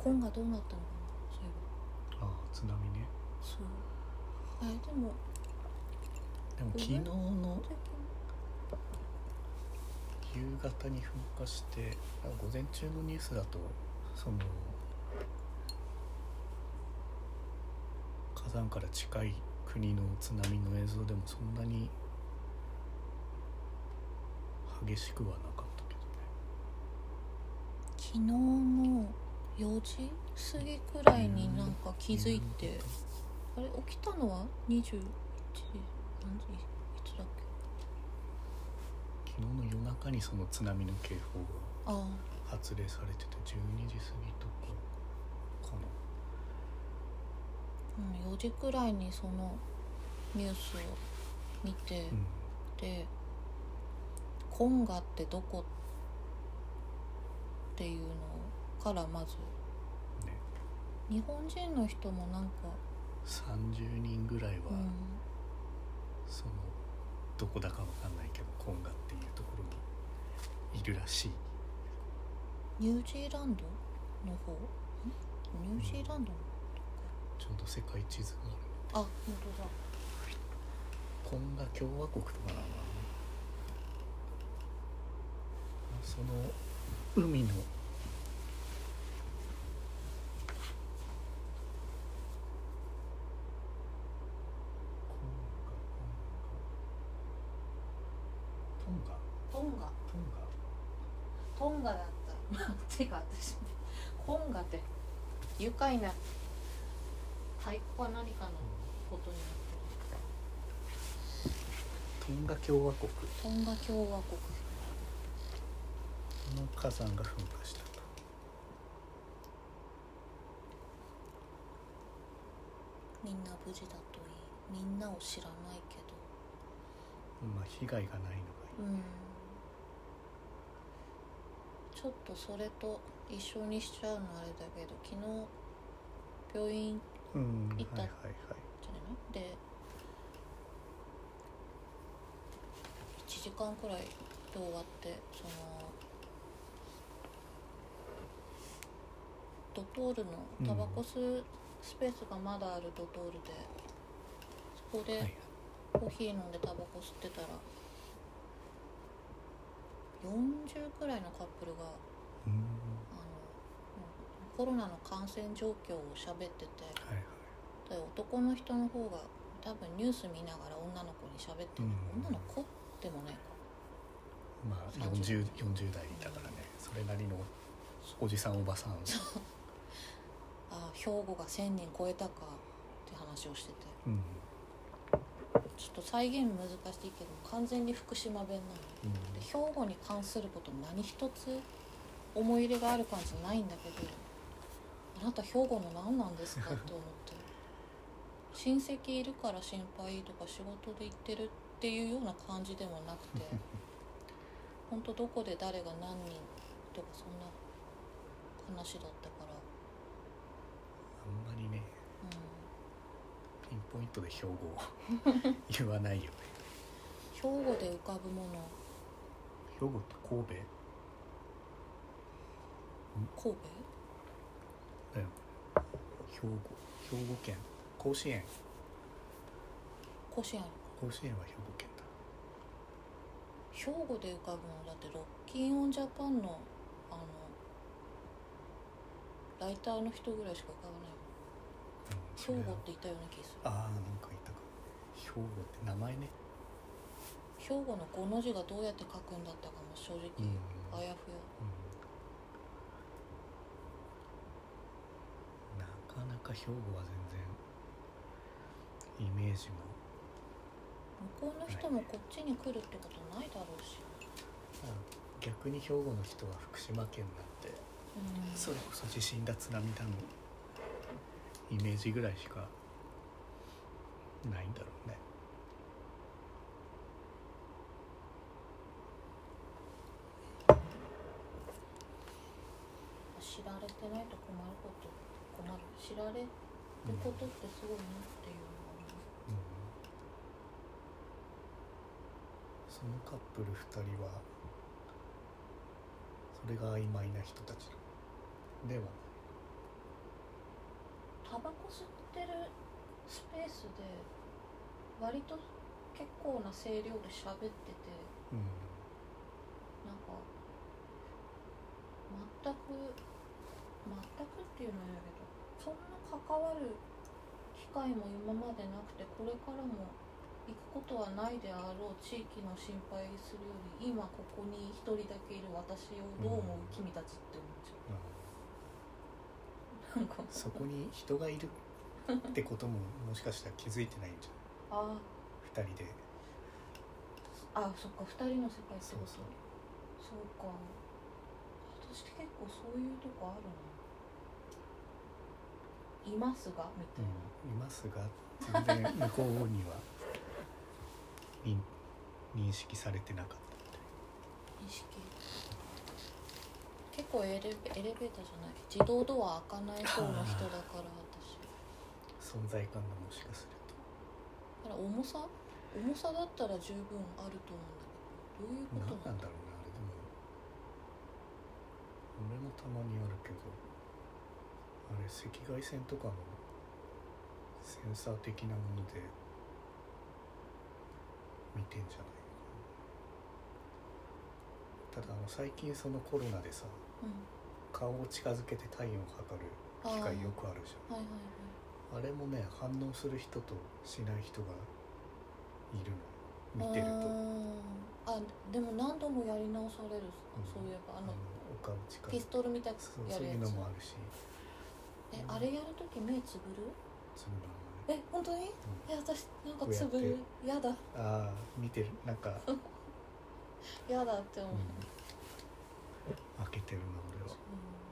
今がどうなったのかな、そういえば。 ああ津波ね。 そう。でも昨日の夕方に噴火して、午前中のニュースだとその火山から近い国の津波の映像でもそんなに激しくはなかったけどね。 昨日の4時過ぎくらいになんか気づいて、あれ起きたのは21時何時、いつだっけ。 昨日の夜中にその津波の警報があ発令されてて12時過ぎとかかな。 4時くらいにそのニュースを見て、でコンガってどこっていうのからまず、 ね、 日本人の人もなんか 30人ぐらいは、そのどこだかわかんないけどコンガっていうところにいるらしい。 ニュージーランドの方、ニュージーランドの、 ちょうど世界地図があ、本当だ。 コンガ共和国とかなのかな。その海のトンガだったてか私コンガって愉快な太鼓は何かのことになってる。 トンガ共和国トンガ共和国の火山が噴火したと。 みんな無事だといい。みんなを知らないけど、 まあ被害がないのがいい。 ちょっとそれと一緒にしちゃうのあれだけど、昨日病院行ったじゃないの、で1時間くらいで終わって、そのドトールのタバコ吸うスペースがまだあるドトールで、そこでコーヒー飲んでタバコ吸ってたら40くらいのカップルが、コロナの感染状況を喋ってて、で男の人の方が多分ニュース見ながら女の子に喋ってる、女の子でもないか、 まあ 40代だからね、それなりのおじさんおばさん兵庫が1000人超えたかって話をしてて、ちょっと再現難しいけど完全に福島弁なの、で兵庫に関すること何一つ思い入れがある感じないんだけど、あなた兵庫の何なんですかって思って親戚いるから心配とか仕事で行ってるっていうような感じでもなくて本当どこで誰が何人とかそんな話だったから、 あんまりね、ピンポイントで兵庫を言わないよね。 兵庫で浮かぶもの、 兵庫って神戸だよ。兵庫県甲子園は兵庫県だ。 兵庫で浮かぶのだってロッキンオンジャパンのライターの人ぐらいしか浮かばない。兵庫って言ったような気がする。 なんかいたか。兵庫って名前ね。 兵庫の5の字がどうやって書くんだったかも正直あやふや、 なかなか兵庫は全然イメージも向こうの人もこっちに来るってことないだろうし、 逆に兵庫の人は福島県なんて、それこそ地震だ津波だのイメージぐらいしかないんだろうね。 知られてないと困る、知られることってすごいなっていうのがある、 そのカップル2人はそれが曖昧な人たちではない。 タバコ吸ってるスペースで割と結構な声量で喋ってて、なんか全くっていうのはやけど、そんな関わる機会も今までなくて、これからも行くことはないであろう地域の心配するより、今ここに一人だけいる私をどう思う、君たちって思っちゃう、なんかそこに人がいるってことももしかしたら気づいてないんじゃない？2人で。 そっか、2人の世界ってこと。そうか、私結構そういうとこあるな。いますがみたいな、 いますが全然向こうには認識されてなかったみたいな。 意識結構エレベーターじゃない、自動ドア開かない方の人だから、私存在感がもしかすると。 だから重さだったら十分あると思うんだけど、どういうことなんだろうね、あれ。でも俺もたまにあるけど、あれ赤外線とかのセンサー的なもので見てんじゃないかな。ただ最近そのコロナでさ、顔を近づけて体温を測る機会よくあるじゃん。あれもね、反応する人としない人がいるの、見てると。 でも何度もやり直される、そういえばお顔近づピストルみたいなやるやつ、 そういうのもあるし。 あれやるとき目つぶる？ つぶらない。 本当に？私なんかつぶる、やだ。 見てる、なんかやだって思う、 開けてるな俺は。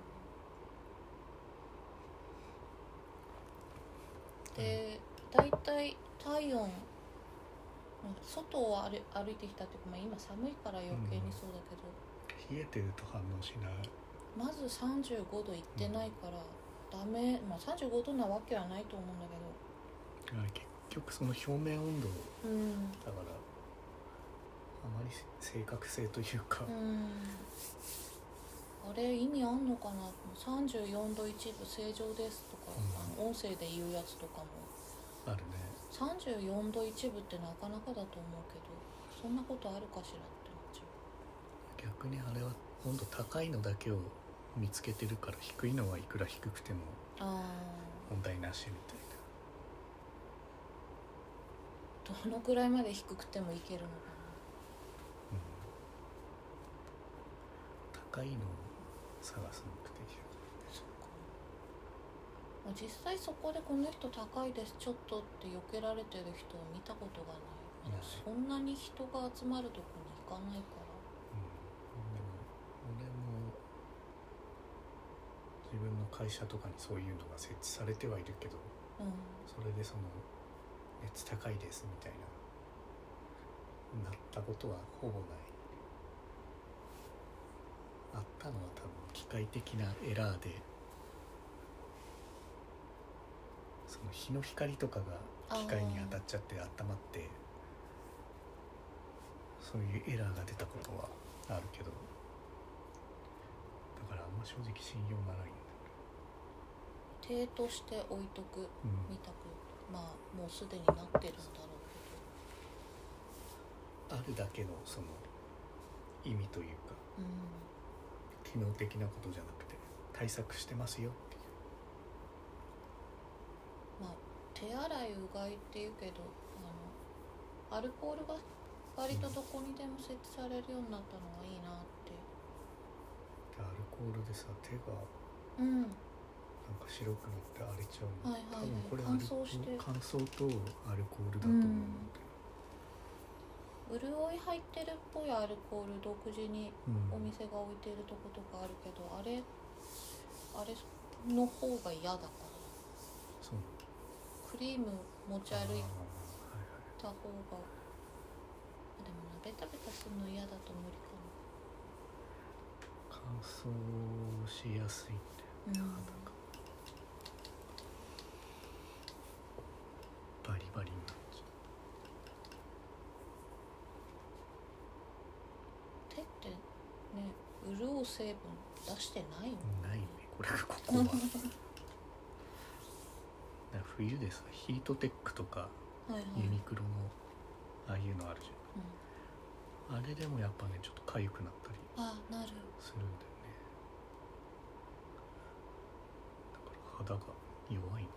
で、だいたい体温、外を歩いてきたっていうか、今寒いから余計にそうだけど、 冷えてると反応しない。 まず35度いってないから、ダメ。35度なわけはないと思うんだけど、 結局その表面温度、だからあまり正確性というか、 あれ意味あんのかな。34度1分正常ですとか、音声で言うやつとかもあるね。 34度1分ってなかなかだと思うけど、そんなことあるかしらって思っちゃう。逆にあれは温度高いのだけを見つけてるから、低いのはいくら低くても問題なしみたいな。どのくらいまで低くてもいけるのかな。高いのを探す目的だ。 実際そこでこの人高いですちょっとって避けられてる人を見たことがない。そんなに人が集まるとこに行かないから。 でも俺も自分の会社とかにそういうのが設置されてはいるけど、それでその熱高いですみたいなったことはほぼない。あったのは多分機械的なエラーで、その日の光とかが機械に当たっちゃって温まって、そういうエラーが出たことはあるけど、だからあんま正直信用がないん手として置いとく、見たく、もうすでになってるんだろうけど、あるだけのその意味というか、機能的なことじゃなくて対策してますよっていう。 手洗いうがいっていうけど、アルコールが割とどこにでも設置されるようになったのはいいなって。 アルコールでさ、手がなんか白くなって荒れちゃうの、多分これ乾燥とアルコールだと思うんだけど、 潤い入ってるっぽいアルコール独自にお店が置いてるとことかあるけど、あれの方が嫌だから、 そうクリーム持ち歩いた方が、でもベタベタするの嫌だと無理かな。 乾燥しやすいんだよ、なんかバリバリになっちゃう。手ってね、潤う成分出してないの？ ないね、これがここは冬でさヒートテックとか、 はいはい、 ユニクロのああいうのあるじゃん、あれでもやっぱねちょっと痒くなったりなるするんだよね。だから肌が弱いの。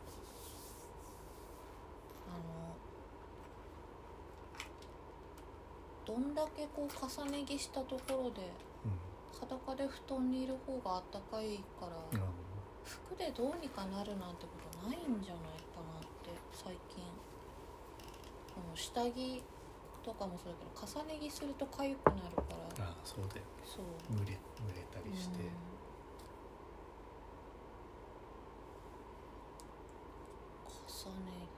どんだけこう重ね着したところで、裸で布団にいる方があったかいから、服でどうにかなるなんてことないんじゃないかなって最近。下着とかもそうだけど重ね着すると痒くなるから。 そうだよね。 そう蒸れたりして、 重ね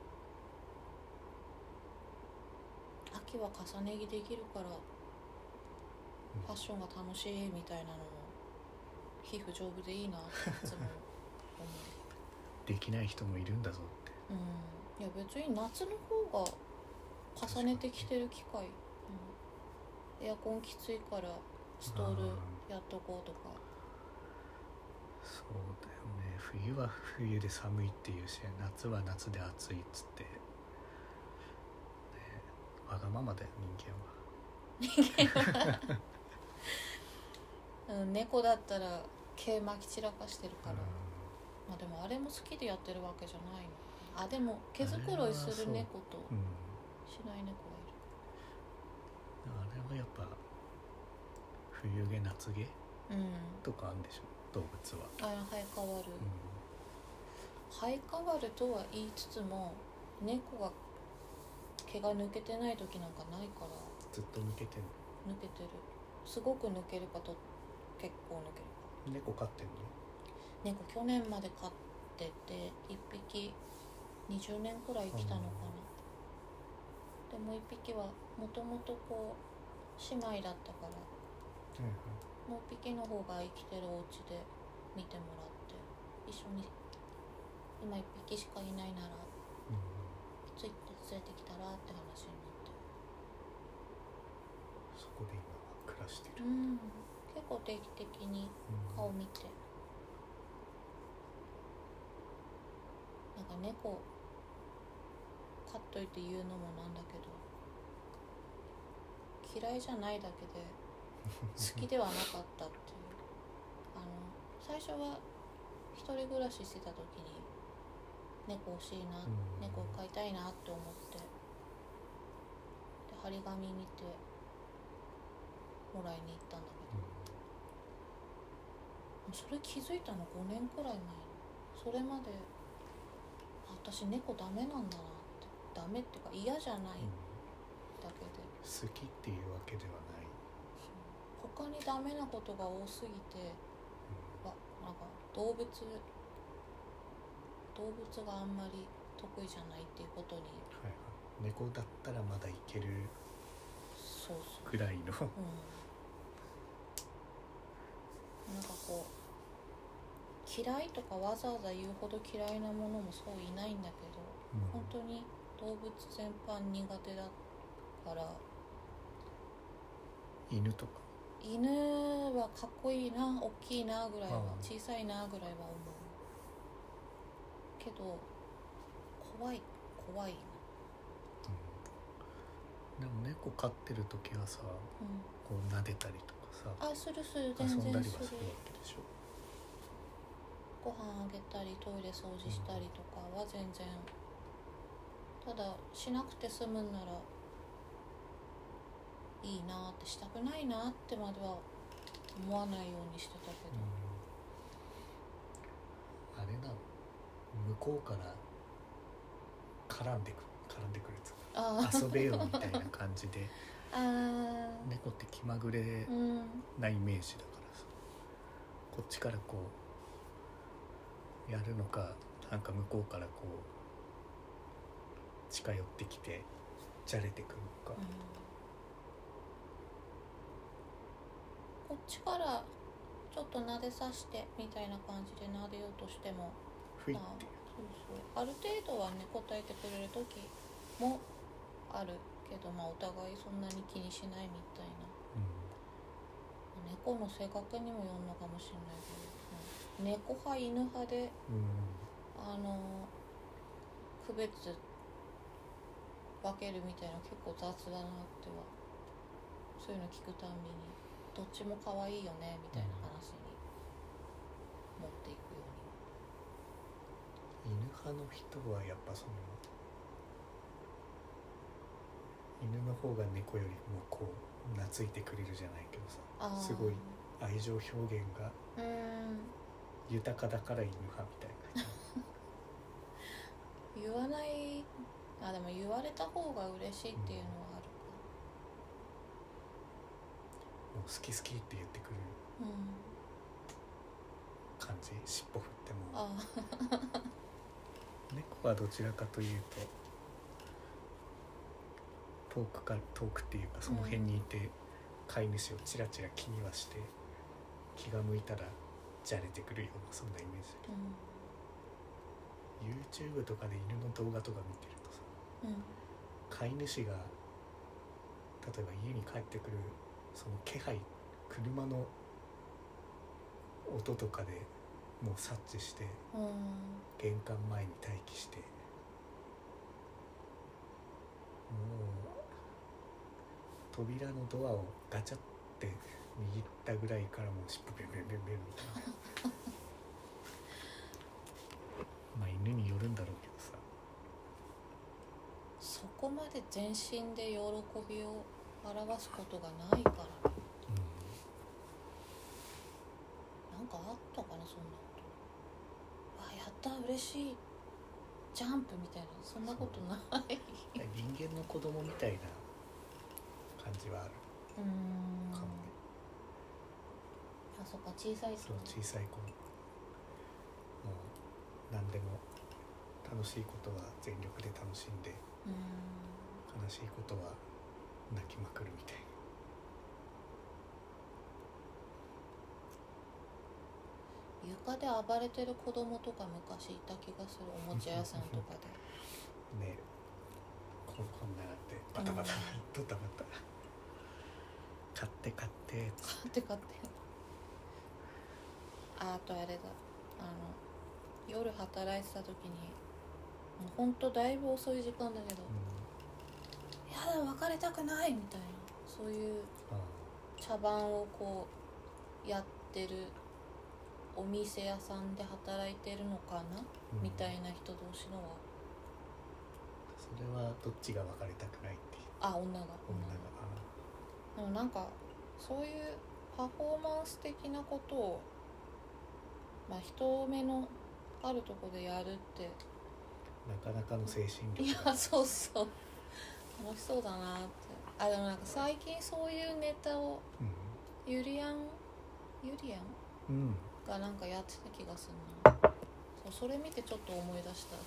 着、秋は重ね着できるからファッションが楽しいみたいなのも皮膚丈夫でいいなっていつも思うできない人もいるんだぞって。 いや別に夏の方が重ねてきてる機会、エアコンきついからストールやっとこうとか。 そうだよね。冬は冬で寒いっていうし、夏は夏で暑いっつって、ね、わがままだよ人間は。 猫だったら毛巻き散らかしてるから、まあでもあれも好きでやってるわけじゃないの。でも毛づくろいする猫としない猫がいる。 あれはやっぱ冬毛夏毛、とかあるんでしょ動物は。 生え変わる、生え変わるとは言いつつも猫が毛が抜けてない時なんかないから。 ずっと抜けてる。 抜けてる。すごく抜けるかと結構抜けるか。 猫飼ってんの？ 猫去年まで飼ってて1匹20年くらい生きたのかな。でも1匹はもともとこう姉妹だったから、もう1匹の方が生きてるお家で見てもらって一緒に今1匹しかいないなら、ついて連れてきたらって話になって、 そこで今は暮らしてる。 結構定期的に顔見て、なんか猫飼っといて言うのもなんだけど嫌いじゃないだけで好きではなかったっていう。最初は一人暮らししてた時に猫欲しいな、猫飼いたいなって思ってで張り紙見てもらいに行ったんだけど、それ気づいたの5年くらい前に。それまで私猫ダメなんだなって。ダメっていうか嫌じゃないだけで、 好きっていうわけではない。 他にダメなことが多すぎて、なんか動物があんまり得意じゃないっていうことに、 猫だったらまだいけるくらいのなんかこう嫌いとかわざわざ言うほど嫌いなものもそういないんだけど、本当に動物全般苦手だから。 犬とか？ 犬はかっこいいな、大きいなぐらいは、小さいなぐらいは思うけど怖いでも猫飼ってる時はさ、こう撫でたりとかさ、 する全然する。 遊んだりはするわけでしょ。 ご飯あげたりトイレ掃除したりとかは全然、ただしなくて済むんならいいなって、したくないなってまでは思わないようにしてたけど、 あれなの、向こうから絡んでくる遊べよみたいな感じで猫って気まぐれなイメージだからさ、こっちからこうやるのか、なんか向こうからこう近寄ってきてじゃれてくるのか、 こっちからちょっと撫でさしてみたいな感じで撫でようとしても、 ふいっていう、 ある程度はね答えてくれる時もあるけど、お互いそんなに気にしないみたいな、猫の性格にもよるのかもしれないけど、猫派犬派で、 区別分けるみたいな結構雑だなってはそういうの聞くたんびにどっちも可愛いよねみたいな話に持っていくように、犬派の人はやっぱその犬の方が猫よりもこう懐いてくれるじゃないけどさ、すごい愛情表現が豊かだから犬派みたいな言わないでも言われた方が嬉しいっていうのはあるか、 もう好き好きって言ってくる感じ、尻尾振っても猫はどちらかというと遠くっていうかその辺にいて飼い主をチラチラ気にはして気が向いたらじゃれてくるようなそんなイメージだけど、YouTube とかで犬の動画とか見てるとさ、飼い主が例えば家に帰ってくるその気配、車の音とかでもう察知して、玄関前に待機して、もう扉のドアをガチャって握ったぐらいからもう尻尾ベンベンベンベンみたいなまあ犬によるんだろうけどさ、 そこまで全身で喜びを表すことがないから、なんかあったかなそんなこと。やった嬉しいジャンプみたいな、そんなことない人間の子供みたいな感じはあるかもね。 そっか、小さい子、 小さい子もう何でも楽しいことは全力で楽しんで、悲しいことは泣きまくるみたいな。 床で暴れてる子供とか昔いた気がする、おもちゃ屋さんとかでね、こんななってバタバタドタバタ買ってあとあれだ、夜働いてた時にもうほんとだいぶ遅い時間だけど、やだ別れたくないみたいな、そういう茶番をこうやってるお店屋さんで働いてるのかな、みたいな人同士のは。 それはどっちが別れたくないっていう。 女がでもなんかそういうパフォーマンス的なことを人目のあるとこでやるってなかなかの精神力。 いやそうそう楽しそうだなって。でもなんか最近そういうネタを、ゆりやんがなんかやってた気がするな。それ見てちょっと思い出した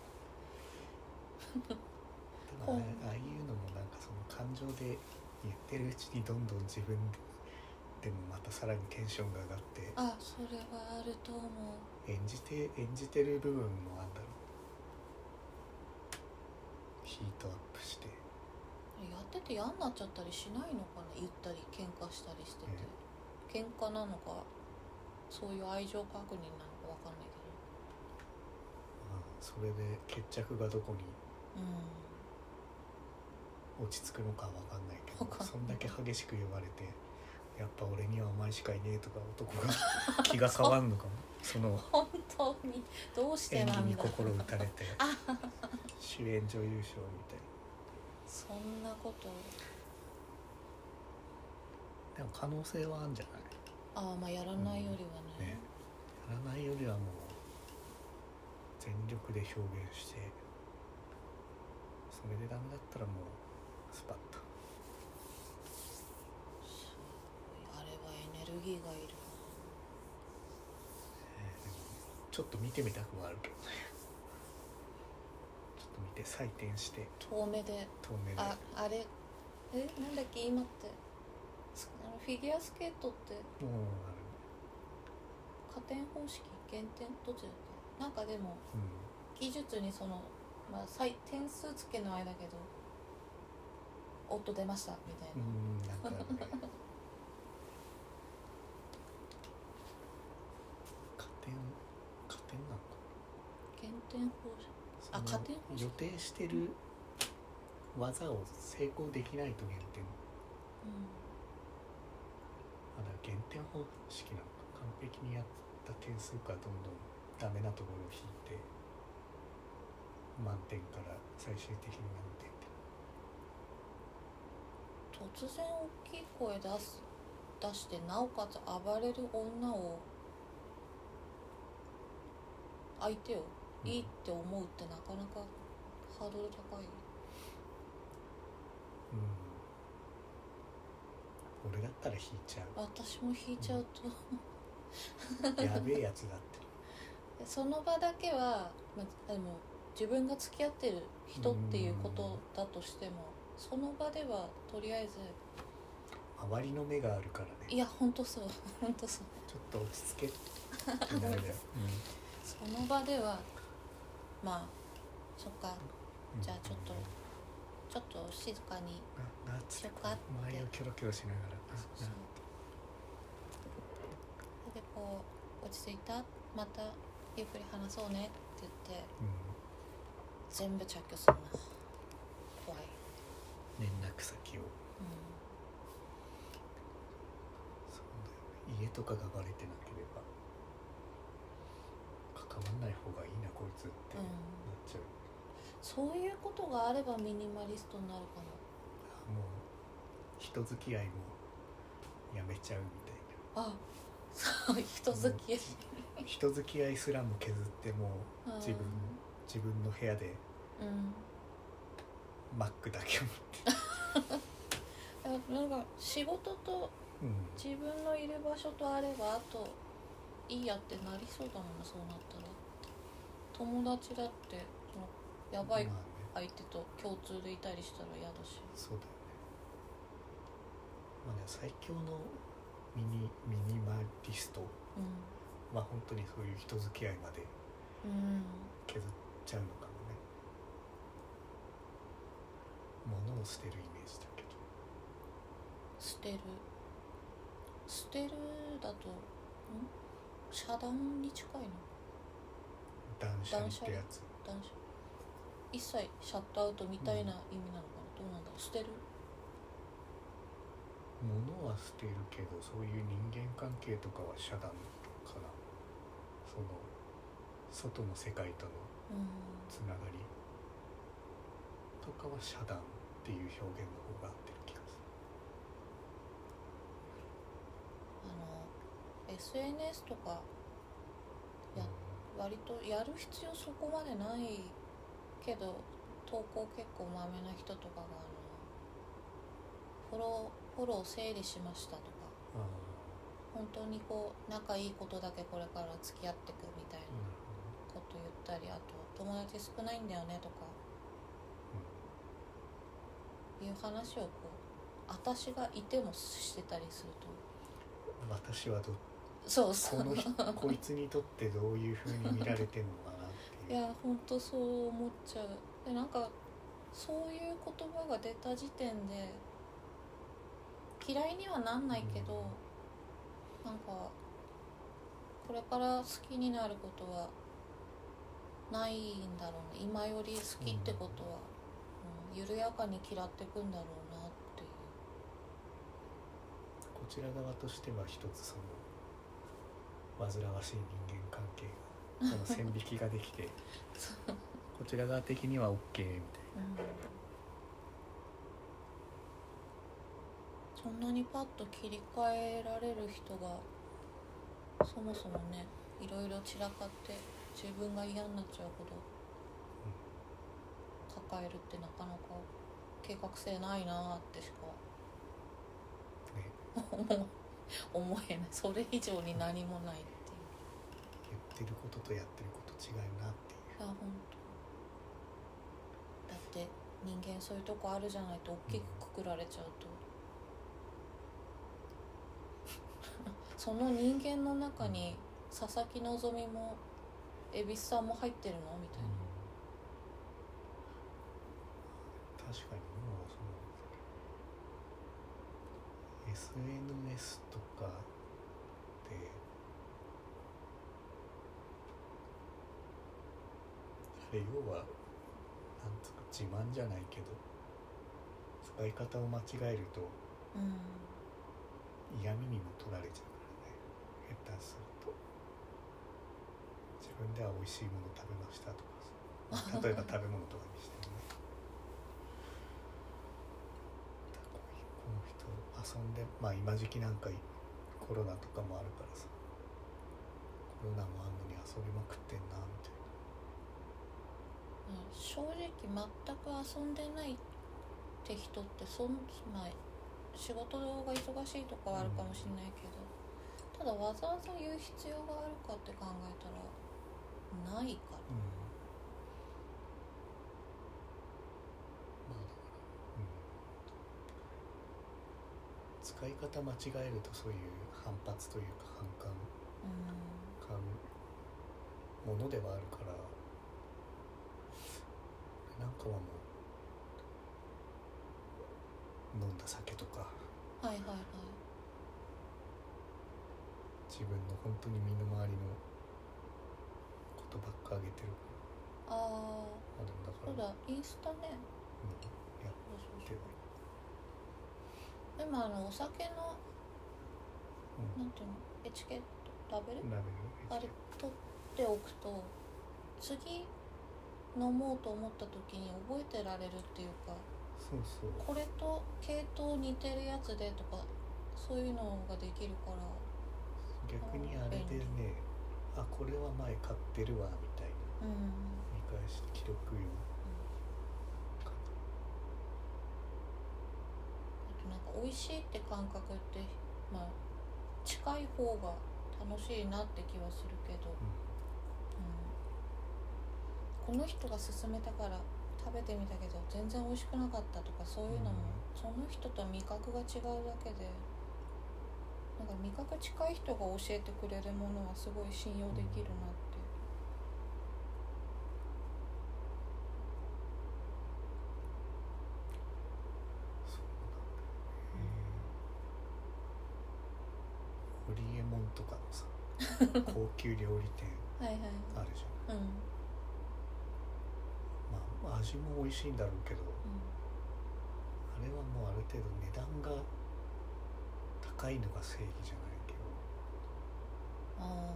ああいうのもなんかその感情で言ってるうちにどんどん自分でもまたさらにテンションが上がって、 それはあると思う。 演じてる部分もあんだろう、ヒートアップしてやってて嫌になっちゃったりしないのかな、言ったり喧嘩したりしてて、喧嘩なのかそういう愛情確認なのか分かんないけど、 それで決着がどこに落ち着くのか分かんないけど、そんだけ激しく言われてやっぱ俺にはお前しかいねえとか男が気が変わんのかもその本当にどうしてなんだ、 演技に心打たれて主演女優賞みたいな、 そんなこと。 でも可能性はあるんじゃない。 やらないよりはね、 やらないよりはもう全力で表現して、それでダメだったらもうスパッと。 あれはエネルギーがいるな。 でもちょっと見てみたくもあるけどね。ちょっと見て採点して遠目であれなんだっけ今ってフィギュアスケートってもう加点方式減点どっちだっけ、なんかでも、技術にその点数つけの間だけどおっと出ましたみたいな、 なんかね加点なのか減点方式その予定してる技を成功できないと減点、だから減点方式なのか、完璧にやった点数からどんどんダメなところを引いて満点から最終的に何点って。 突然大きい声出してなおかつ暴れる女を相手をいいって思うってなかなかハードル高い。 俺だったら引いちゃう。 私も引いちゃうと、やべえやつだって。 その場だけは、でも自分が付き合ってる人っていうことだとしても、その場ではとりあえず周りの目があるからね。 いやほんとそうほんとそう。ちょっと落ち着けってなるだよ、 その場ではまあそっか、じゃあちょっと静かにしようかって周りをキョロキョロしながらそうでこう落ち着いた、またゆっくり話そうねって言って、全部着去するな。怖い。 連絡先を、そうだよね。家とかがバレてなければ関わんない方がいいなこいつってなっちゃう、 そういうことがあればミニマリストになるかも。 もう人付き合いもやめちゃうみたいな。 そう人付き合い人付き合いすらも削っても自分の部屋で、マックだけ持ってなんか仕事と自分のいる場所とあればあといいやってなりそうだもんな。そうなったら友達だってそのやばい相手と共通でいたりしたら嫌だし、 そうだよね。最強のミニマリストは本当にそういう人付き合いまで削っちゃうのかもね。物を捨てるイメージだけど。 捨てるだと遮断に近いの？ 断捨離ってやつ。 一切シャットアウトみたいな意味なのかな、どうなんだろう。捨てる物は捨てるけど、そういう人間関係とかは遮断かな。その外の世界とのつながりとかは遮断っていう表現の方が合ってる気がする。SNS とか割とやる必要そこまでないけど、投稿結構まめな人とかがフォロー整理しましたとか、本当にこう仲いいことだけこれから付き合ってくみたいなこと言ったり、あと友達少ないんだよねとか、いう話をこう私がいてもしてたりすると、 私はそうこいつにとってどういう風に見られてんのかなっていう。 いや本当そう思っちゃう。でなんかそういう言葉が出た時点で嫌いにはなんないけど、なんかこれから好きになることはないんだろうね。今より好きってことは、緩やかに嫌っていくんだろうなっていう。 こちら側としては一つその煩わしい人間関係がその線引きができてこちら側的には OK みたいな、 そんなにパッと切り替えられる人がそもそもね、いろいろ散らかって自分が嫌になっちゃうほど抱えるってなかなか計画性ないなってしか、思えない。それ以上に何もないっていう。 言ってることとやってること違うなっていう。 いや本当だって人間そういうとこあるじゃないと大きくくくられちゃうと、その人間の中に佐々木希も蛭子さんも入ってるのみたいな、 確かにもうその SNS とかであで要はなんつうか自慢じゃないけど使い方を間違えると、嫌味にも取られちゃうからね。下手すると自分では美味しいもの食べましたとかさ、例えば食べ物とかにしてもねこの人遊んで、まあ今時期なんかコロナとかもあるからさ、コロナもあんのに遊びまくってんなみたいな、正直全く遊んでないって人ってまあ、仕事が忙しいとかはあるかもしれないけど、ただわざわざ言う必要があるかって考えたらないから、 まあだから、使い方間違えるとそういう反発というか反感買うものではあるから、なんかはもう飲んだ酒とか、 はいはいはい、 自分の本当に身の回りのことばっかあげてるから。でもだからそうだ、インスタね、 やってる。 でもお酒の、なんていうの、エチケット、ラベルあれ取っておくと次飲もうと思った時に覚えてられるっていうか、 そうそう、 これと系統似てるやつでとかそういうのができるから、 逆にあれでね、これは前買ってるわみたいな、見返し記録用、あとなんか美味しいって感覚ってまあ近い方が楽しいなって気はするけど、この人が勧めたから食べてみたけど全然美味しくなかったとか、そういうのも、その人と味覚が違うだけで、なんか味覚近い人が教えてくれるものはすごい信用できるなって、 ホリエモンとかのさ高級料理店あるじゃん、まあ味も美味しいんだろうけど、あれはもうある程度値段が高いのが正義じゃないけど、なんだろ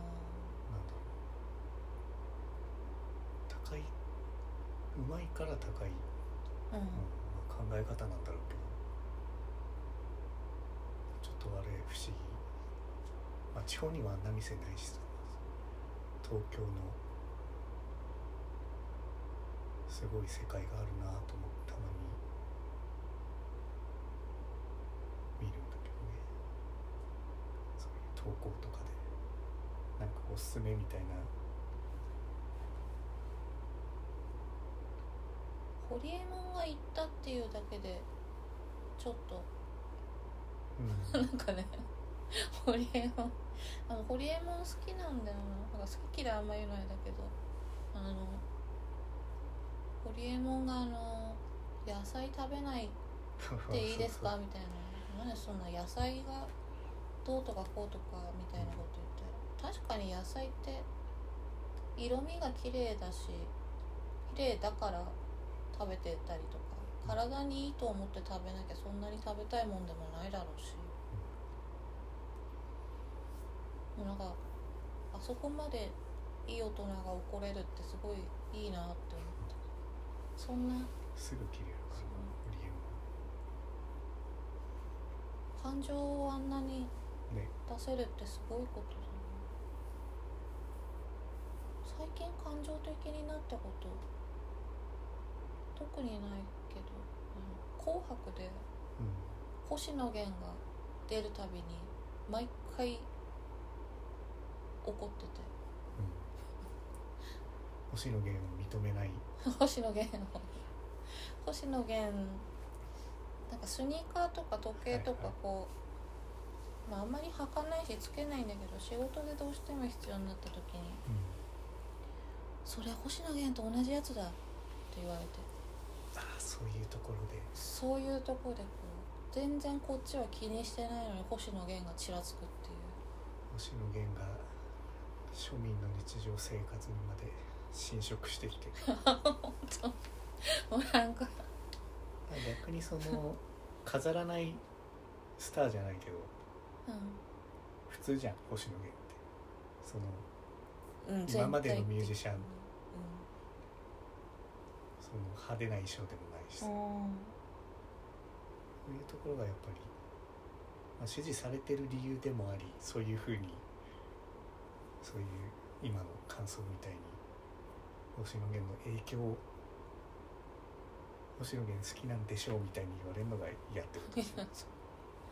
う、高い、うまいから高い、考え方なんだろうけど、ちょっとあれ不思議。まあ地方にはあんな店ないしさ、東京のすごい世界があるなと思ってたまに見るんだけどね。そういう投稿とかでなんかおすすめみたいな。 ホリエモンが行ったっていうだけでちょっと、なんかねホリエモン好きなんだよな。なんか好き嫌いあんま言うのあれだけど、ホリエモンが野菜食べないっていいですかみたいな、なんでそんな野菜がどうとかこうとかみたいなこと言って、確かに野菜って色味が綺麗だし、綺麗だから食べてたりとか、体にいいと思って食べなきゃそんなに食べたいもんでもないだろうし、なんかあそこまでいい大人が怒れるってすごいいいなって思った。そんなすぐ切れるからホリエモン、感情をあんなに出せるってすごいことだな、最近感情的になったこと特にないけど、紅白で星野源が出るたびに毎回怒ってて、 星野源を認めない星野源なんかスニーカーとか時計とかこう、あんまり履かないしつけないんだけど、仕事でどうしても必要になった時に、それ星野源と同じやつだって言われて、 そういうところでこう全然こっちは気にしてないのに星野源がちらつくっていう。 星野源が庶民の日常生活にまで侵食してきて本当もうなんか逆にその飾らないスターじゃないけど、うん、普通じゃん星野源ってその、今までのミュージシャン、その派手な衣装でもないしさ、そういうところがやっぱり、支持されてる理由でもあり、そういう風にそういう今の感想みたいに星野源の影響を星野源好きなんでしょうみたいに言われるのが嫌ってことですよ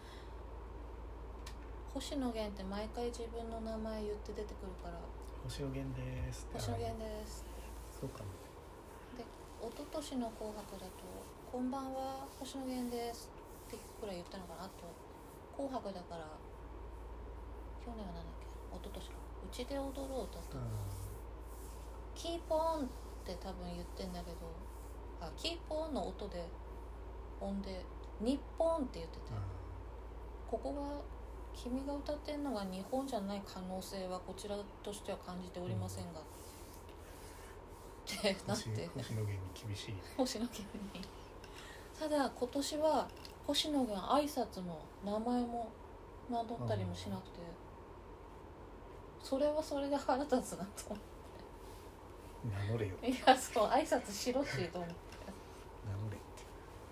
星野源って毎回自分の名前言って出てくるから星野源ですって星野源ですそうかなで一昨年の紅白だとこんばんは星野源ですってくらい言ったのかな。あと紅白だから去年は何だっけ一昨年かうちで踊ろう歌ったキーポーンって多分言ってんだけどキーポーンの音で音で日本って言っててここが君が歌ってんのが日本じゃない可能性はこちらとしては感じておりませんが、ってなって星野源に厳しい星野源にただ今年は星野源挨拶も名前も名乗ったりもしなくてそれはそれで腹立つなと思って名乗れよいやそう挨拶しろしと思って名乗れって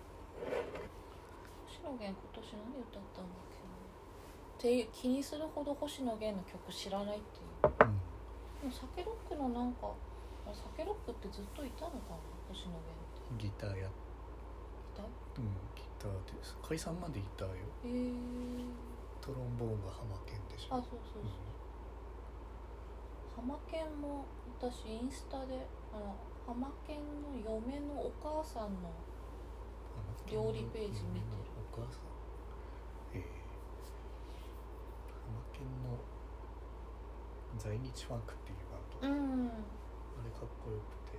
星野源今年何歌ったんだっけって気にするほど星野源の曲知らないっていう、でもサケロックのなんかサケロックってずっといたのかな星野源ってギターやギター？ ギターです解散までギターよトロンボーンがハマケンでしょそうそうそう、ハマケンも私インスタでハマケンの嫁のお母さんの料理ページ見てるお母さんハマケンの在日ファンクっていうバンド、あれかっこよくて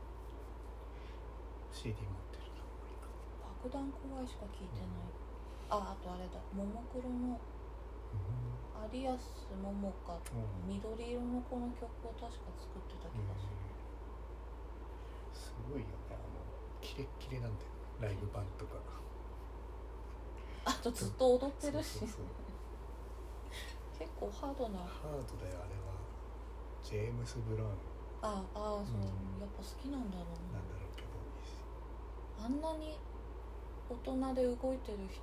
CD 持ってるな爆弾怖いしか聞いてない、あとあれだももクロの有安桃香と緑色の子の曲を確か作ってた気がする、 すごいよねキレッキレなんだよライブ版とかあとずっと踊ってるしそう結構ハードなハードだよあれはジェームス・ブラウンそう、やっぱ好きなんだろうなんだろうけどあんなに大人で動いてる人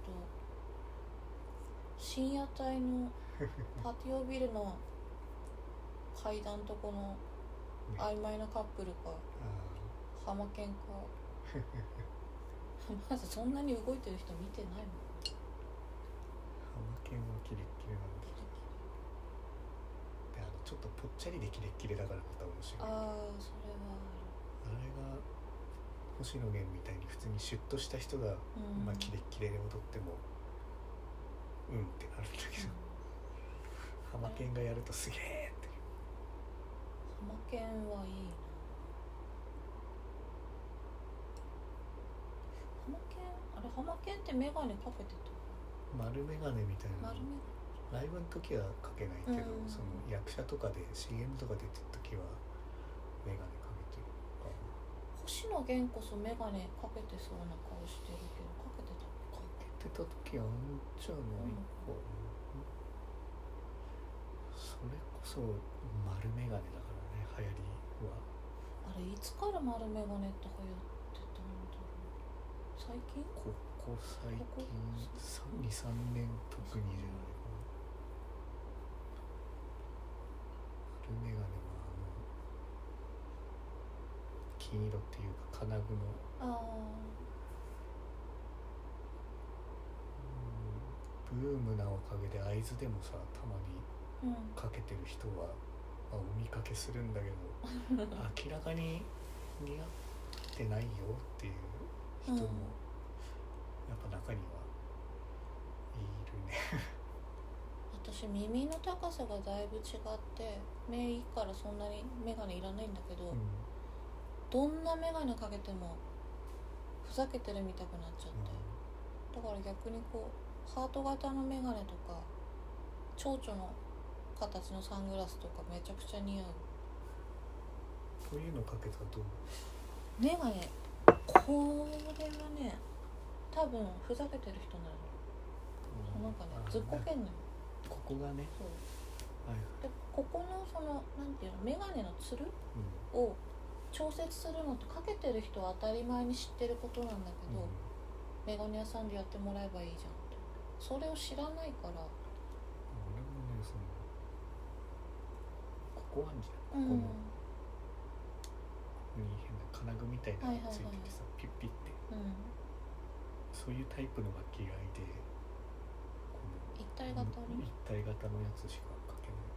深夜帯のパティオビルの階段とこの曖昧なカップルか、ハマケンかまずそんなに動いてる人見てないもん。 ハマケンはキレッキレなんだでちょっとぽっちゃりでキレッキレだからまた面白いそれはあれが星野源みたいに普通にシュッとした人が、キレッキレで踊ってもってなるんだけど、ハマケンがやるとすげえってハマケンはいいなハマケンってメガネかけてた丸メガネみたいなライブの時はかけないけど、その役者とかで CM とか出てる時はメガネかけてるかな。 星野源こそメガネかけてそうな顔してるけどかけてたかけてた時あんじゃないかな、それこそ丸メガネだからね流行りは。 あれいつから丸メガネって流行ってたんだろう。最近？ ここ最近 2,3 年特にじゃないかな。丸メガネは金色っていうか金具のブームなおかげで会津でもさたまにかけてる人は、お見かけするんだけど明らかに似合ってないよっていう人も、やっぱ中にはいるね私耳の高さがだいぶ違って目いいからそんなにメガネいらないんだけど、どんなメガネかけてもふざけてるみたくなっちゃって、だから逆にこうハート型のメガネとか蝶々の形のサングラスとかめちゃくちゃ似合う。 そういうのかけたらどう？ 目がね、これはね多分ふざけてる人なの、なんかねずっこけんのよ、 ここがね。 そう、 はい、 でここのそのなんていうの、眼鏡のつるを調節するのってかけてる人は当たり前に知ってることなんだけど、眼鏡屋さんでやってもらえばいいじゃんって、それを知らないから。 俺もね、そのここあんじゃん、ここに変な金具みたいなのがついててさ、ピッピッて、そういうタイプのが嫌いで、この一体型に一体型のやつしかかけない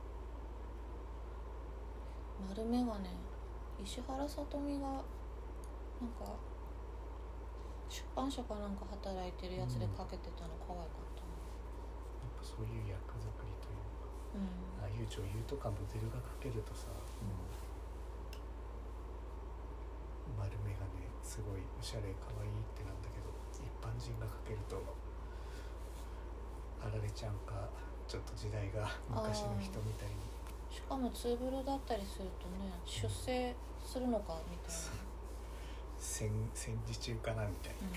んだけど。 丸眼鏡、石原さとみがなんか出版社かなんか働いてるやつでかけてたの可愛かったな、 やっぱそういう役作りというか、ああいう女優とかモデルがかけるとさ、丸眼鏡すごいおしゃれ可愛いってなんだけど、一般人がかけるとあられちゃんか、ちょっと時代が昔の人みたいに。 しかもツーブロだったりするとね、出世するのかみたいな、 戦時中かなみたいな、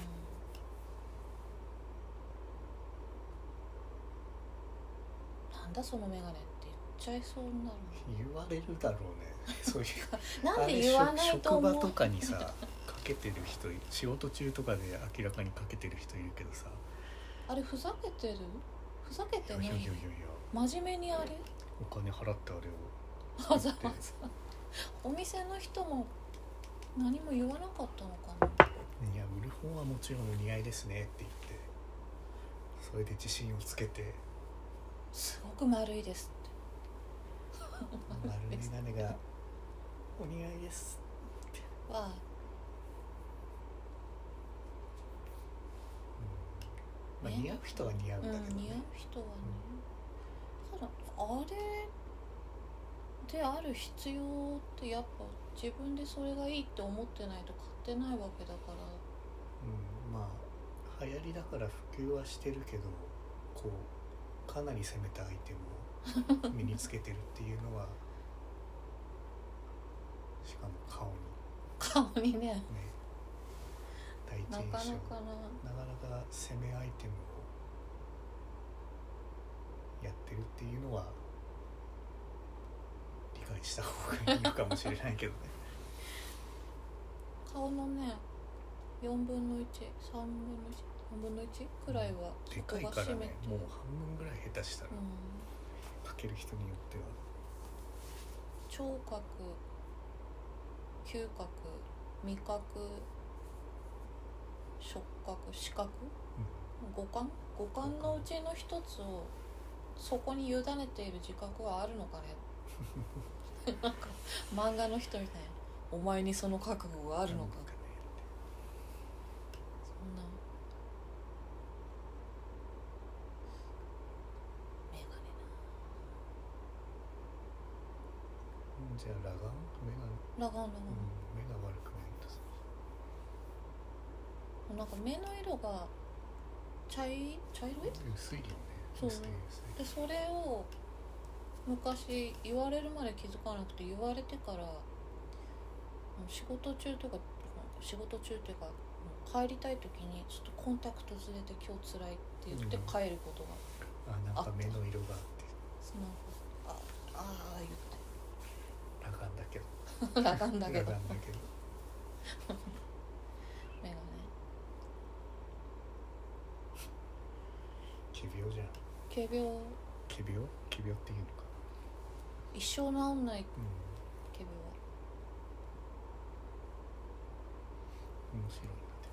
なんだその眼鏡って言っちゃいそうになる。 言われるだろうね、そういうなんで言わないと思う。 職場とかにさかけてる人、仕事中とかで明らかにかけてる人いるけどさ、 あれふざけてる？ふざけてない？ いや真面目にあれお金払ってあれをわざわざお店の人も何も言わなかったのかな。 いや、売る方はもちろんお似合いですねって言って、それで自信をつけて、 すごく丸いですって丸眼鏡がお似合いですっては、 まあ、似合う人は似合うんだけどね、 似合う人はね、ただあれである必要ってやっぱ自分でそれがいいって思ってないと買ってないわけだから、 まあ流行りだから普及はしてるけど、こうかなり攻めたアイテムを身につけてるっていうのはしかも顔にね、 第一印象、 なかなかなかなか攻めアイテムをやってるっていうのは理解した方がいいのかもしれないけどね顔のね4分の1、3分の1、4分の1くらいはでかいからね、もう半分ぐらい下手したら、かける人によっては聴覚、嗅覚、味覚、触覚、視覚、五感のうちの一つをそこに委ねている自覚はあるのかねなんか漫画の人みたいな、お前にその覚悟があるのか、そんなメガネな。 じゃあ裸眼？ 裸眼、 目が悪くないんださ。 なんか目の色が茶色い？ 薄いよね。 そうで、それを昔言われるまで気づかなくて、言われてから仕事中っていうか帰りたい時にちょっとコンタクトずれて今日辛いって言って帰ることがなんか目の色があって、 なんか言って裸眼だけど裸眼だけど目がね奇病じゃん。 奇病っていうのか一生治んない奇病は、 面白いなって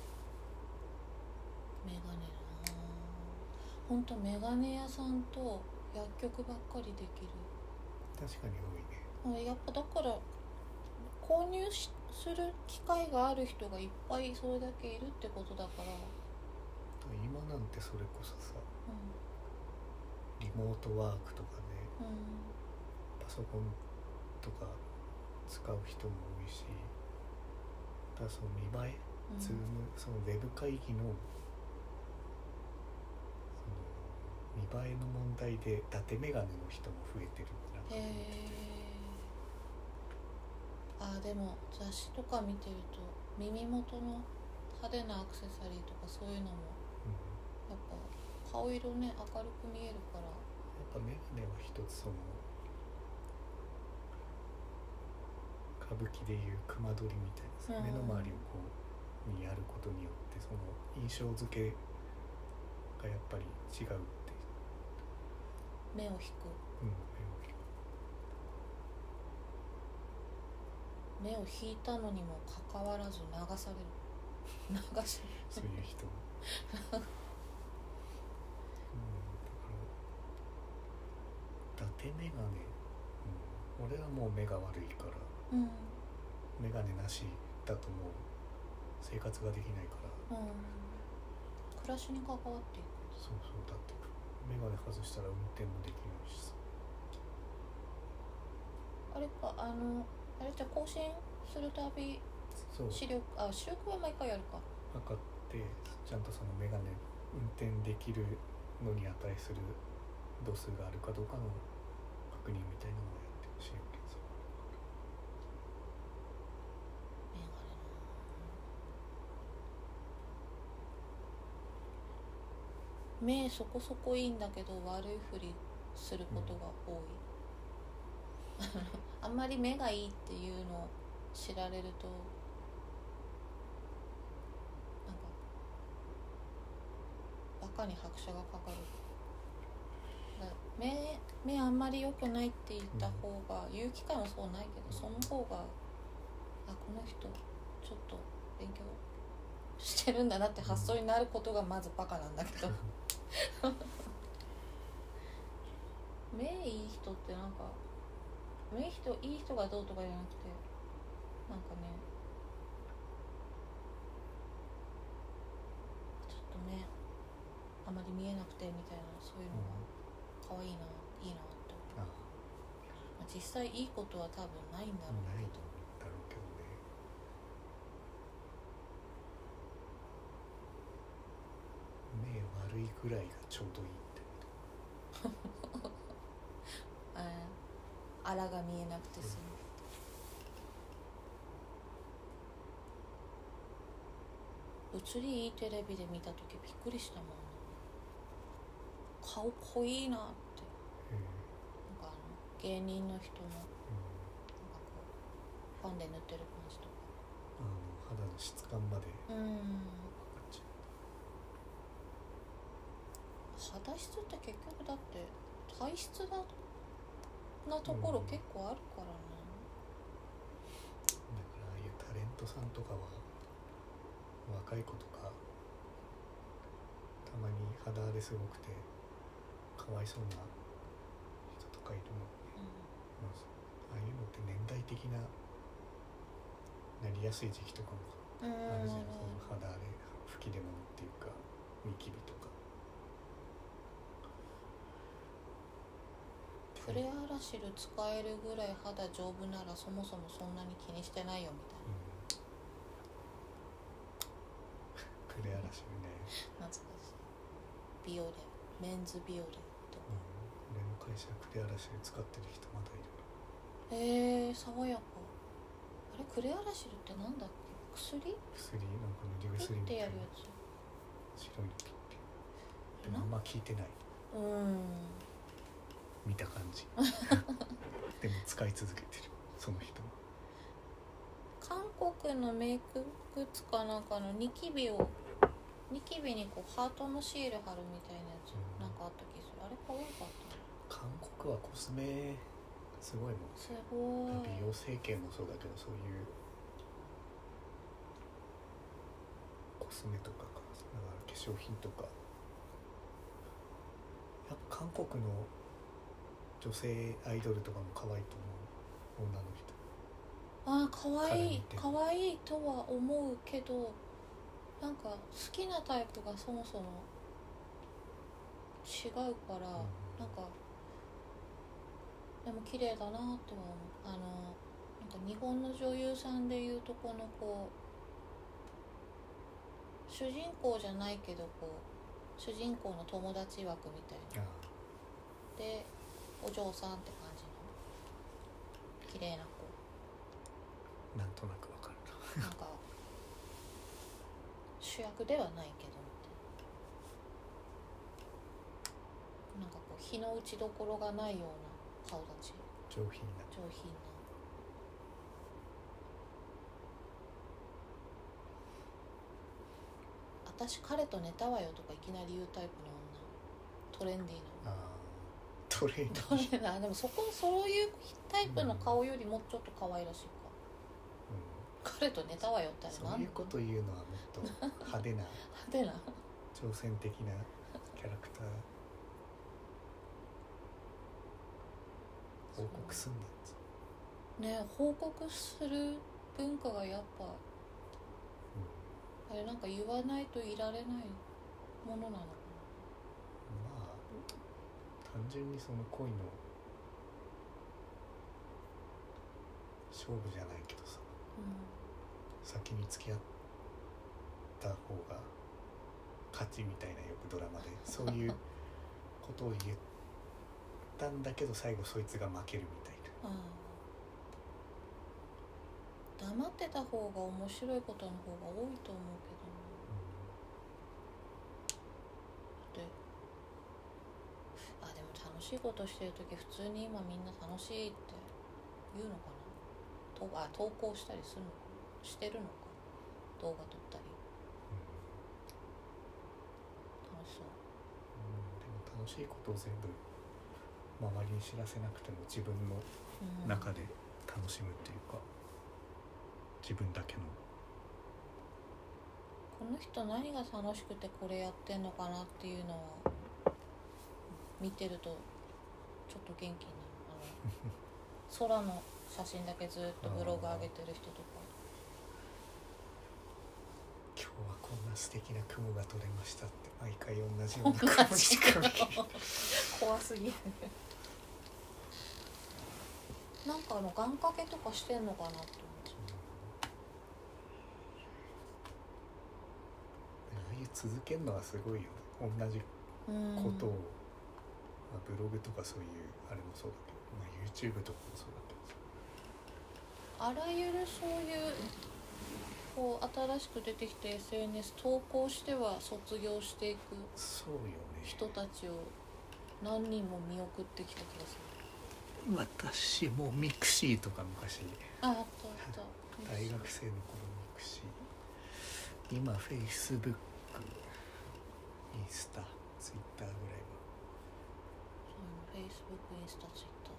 メガネな。ほんとメガネ屋さんと薬局ばっかりできる。 確かに多いね。 やっぱだから購入する機会がある人がいっぱいそれだけいるってことだから。 今なんてそれこそさ、リモートワークとかで、パソコンとか使う人も多いし、だからその見栄え、ズーム、そのウェブ会議のその見栄えの問題で伊達メガネの人も増えてるってなんかでも雑誌とか見てると耳元の派手なアクセサリーとかそういうのも、やっぱ顔色ね明るく見えるから、やっぱメガネは一つその歌舞伎でいう熊取りみたいな、目の周りをこうにやることによってその印象付けがやっぱり違うって。 目を引く、目を引いたのにもかかわらず流されるそういう人だから伊達メガネ、俺はもう目が悪いから、メガネなしだともう生活ができないから、 暮らしに関わっていく。 そうだってメガネ外したら運転もできないしさ。 あれか、あれじゃ更新するたび視力は毎回やるか。 測ってちゃんとそのメガネ運転できるのに値する度数があるかどうかの確認みたいなのをやってほしいわけです。 メガネ目そこそこいいんだけど悪いふりすることが多い、あんまり目がいいっていうのを知られるとなんかバカに拍車がかかる。目あんまり良くないって言った方が、言う機会もそうないけど、その方がこの人ちょっと勉強してるんだなって発想になることがまずバカなんだけど目いい人ってなんかいい人がどうとかじゃなくて、なんかねちょっと目あまり見えなくてみたいな、そういうのが可愛いな、いいなって思う。実際いいことは多分ないんだろうけど、 目悪いぐらいがちょうどいいってことあらが見えなくて済む。映りいいテレビで見た時びっくりしたもん。顔濃いなって。なんか芸人の人のなんかこうファンで塗ってる感じとか、 肌の質感まで肌質って結局だって体質なところ結構あるからね。 だからああいうタレントさんとかは若い子とかたまに肌荒れすごくてかわいそうな人とかいるもんね、ああいうのって年代的ななりやすい時期とかもあるじゃん、その肌荒れ吹き出物っていうかニキビとか。 クレアラシル使えるぐらい肌丈夫ならそもそもそんなに気にしてないよみたいな、 クレアラシルね懐かしい。ビオレ、メンズビオレとか、 俺の会社クレアラシル使ってる人まだいる。 爽やか。あれクレアラシルってなんだっけ、薬なんか塗り薬みたいなやるやつ、 白いのピッてでもあんま効いてない、見た感じでも使い続けてるその人は。 韓国のメイクグッズかなんかのニキビにこうハートのシール貼るみたいなやつ、なんかあった気する。あれ可愛かった。 韓国はコスメすごいもん。 すごい。 美容整形もそうだけど、そういうコスメとかだから化粧品とか、やっぱ韓国の女性アイドルとかも可愛いと思う、女の人。 可愛いとは思うけど、なんか好きなタイプがそもそも違うから、なんかでも綺麗だなとは思う。なんか日本の女優さんでいうとこのこう主人公じゃないけどこう主人公の友達枠みたいなでお嬢さんって感じの綺麗な子、 なんとなくわかるなんか主役ではないけどなんかこう日の打ちどころがないような顔立ち、 上品な私彼と寝たわよとかいきなり言うタイプの女、トレンディーな、 トレンディーでもそういうタイプの顔よりもちょっと可愛らしいか、彼と寝たわよってあれ何、 そういうこと言うのはもっと派手な挑戦的なキャラクター報告すんだね。報告する文化がやっぱ、あれなんか言わないといられないものなのかな。 まあ単純にその恋の勝負じゃないけどさ、先に付き合った方が勝ちみたいな、よくドラマでそういうことを言ったんだけど最後そいつが負けるみたいな。 黙ってた方が面白いことの方が多いと思うけど、でも楽しいことしてる時普通に今みんな楽しいって言うのかな。投稿したりするのかな、してるのか、動画撮ったり、楽しそう、 でも楽しいことを全部周りに知らせなくても自分の中で楽しむっていうか、自分だけのこの人何が楽しくてこれやってんのかなっていうのは見てるとちょっと元気になる。空の写真だけずっとブログ上げてる人とか、 今日はこんな素敵な雲が撮れましたって毎回同じような雲しか見え怖すぎるなんか願掛けとかしてんのかなって思って、 ああいう続けるのはすごいよね。同じことを、ブログとかそういうあれもそうだけど、YouTube とかもそうだけど、 あらゆるそういうこう新しく出てきた SNS 投稿しては卒業していく人たちを何人も見送ってきた気がする。私もミクシーとか昔あった大学生の頃ミクシー、今 Facebook、インスタ、ツイッターぐらいは。 そう、Facebook、インスタ、ツイッター。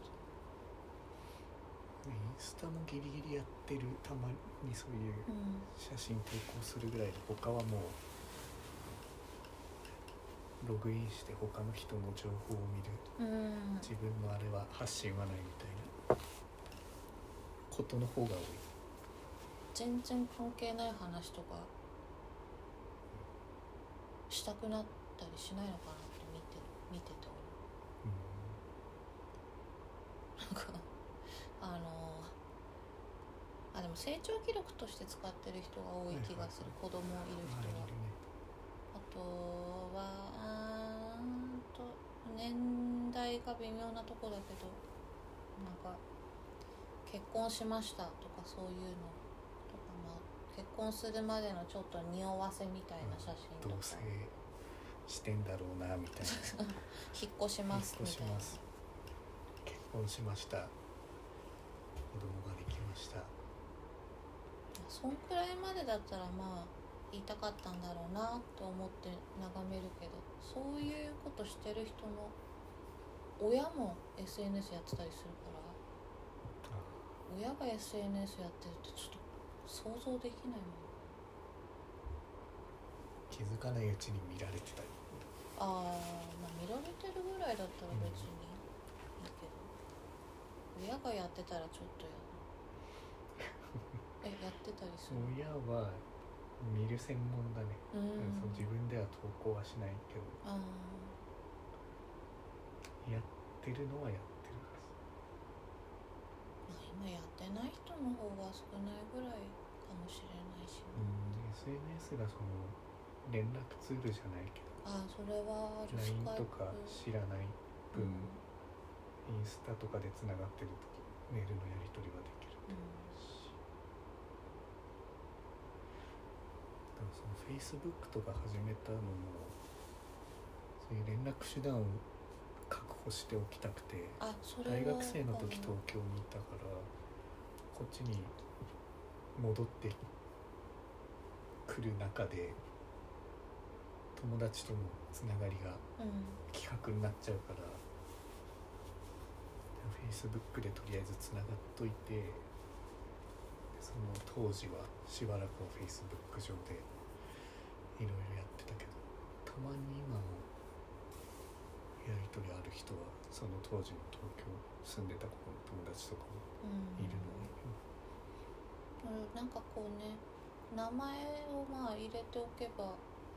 インスタもギリギリやってる、たまにそういう写真投稿するぐらいで、他はもうログインして他の人の情報を見る、自分のあれは発信はないみたいなことの方が多い。 全然関係ない話とかしたくなったりしないのかなって見ててなんかでも成長記録として使ってる人が多い気がする、子供いる人は。あとは年代が微妙なとこだけど、なんか結婚しましたとかそういうのとか、結婚するまでのちょっと匂わせみたいな写真とか、 同棲してんだろうなみたいな引っ越しますみたいな、 結婚しました、子供ができました、 そんくらいまでだったら言いたかったんだろうなと思って眺めるけど、そういうことしてる人の親も SNS やってたりするから、親が SNS やってるってちょっと想像できないもん。 気づかないうちに見られてたり、 見られてるぐらいだったら別にいいけど、親がやってたらちょっとやってたりする。 親は見る専門だね、自分では投稿はしないけど、やってるのはやってるはず。 今やってない人の方が少ないぐらいかもしれないし、 SNS がその連絡ツールじゃないけど、 それは LINE とか知らない分、インスタとかでつながってるときメールのやり取りはできると思うし、 Facebook とか始めたのもそういう連絡手段を確保しておきたくて、大学生の時東京にいたからこっちに戻ってくる中で友達とのつながりが希薄になっちゃうから、Facebook でとりあえずつながっといて、その当時はしばらくは Facebook 上でいろいろやってたけど、たまに今もやり取りある人はその当時の東京住んでた頃の友達とかもいるのに、なんかこうね、名前をまあ入れておけば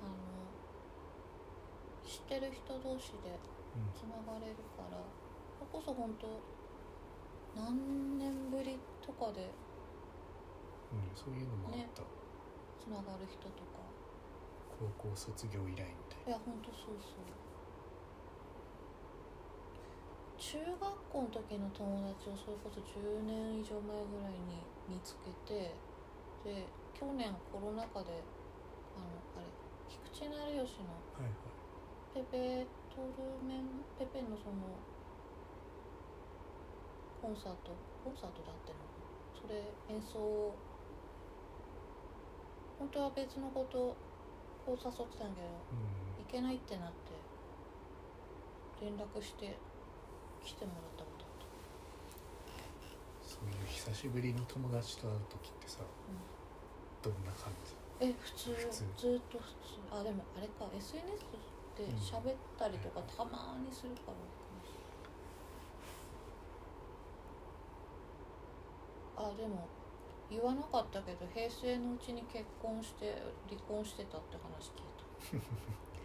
知ってる人同士でつながれるから、それこそ本当何年ぶりとかで、 そういうのもあった、ね、 つながる人とか高校卒業以来みたいな。 いや本当そうそう。中学校の時の友達をそれこそ10年以上前ぐらいに見つけて、で去年コロナ禍であれ菊池成吉のペペトルメンペペのそのコンサートであってのそれ演奏を本当は別のことを誘ってたんだけど、行けないってなって連絡して来てもらったことあった。 そういう久しぶりの友達と会う時ってさ、どんな感じ？ 普通ずっと普通。でもあれか SNS で喋ったりとかたまにするから、でも言わなかったけど平成のうちに結婚して離婚してたって話聞いた。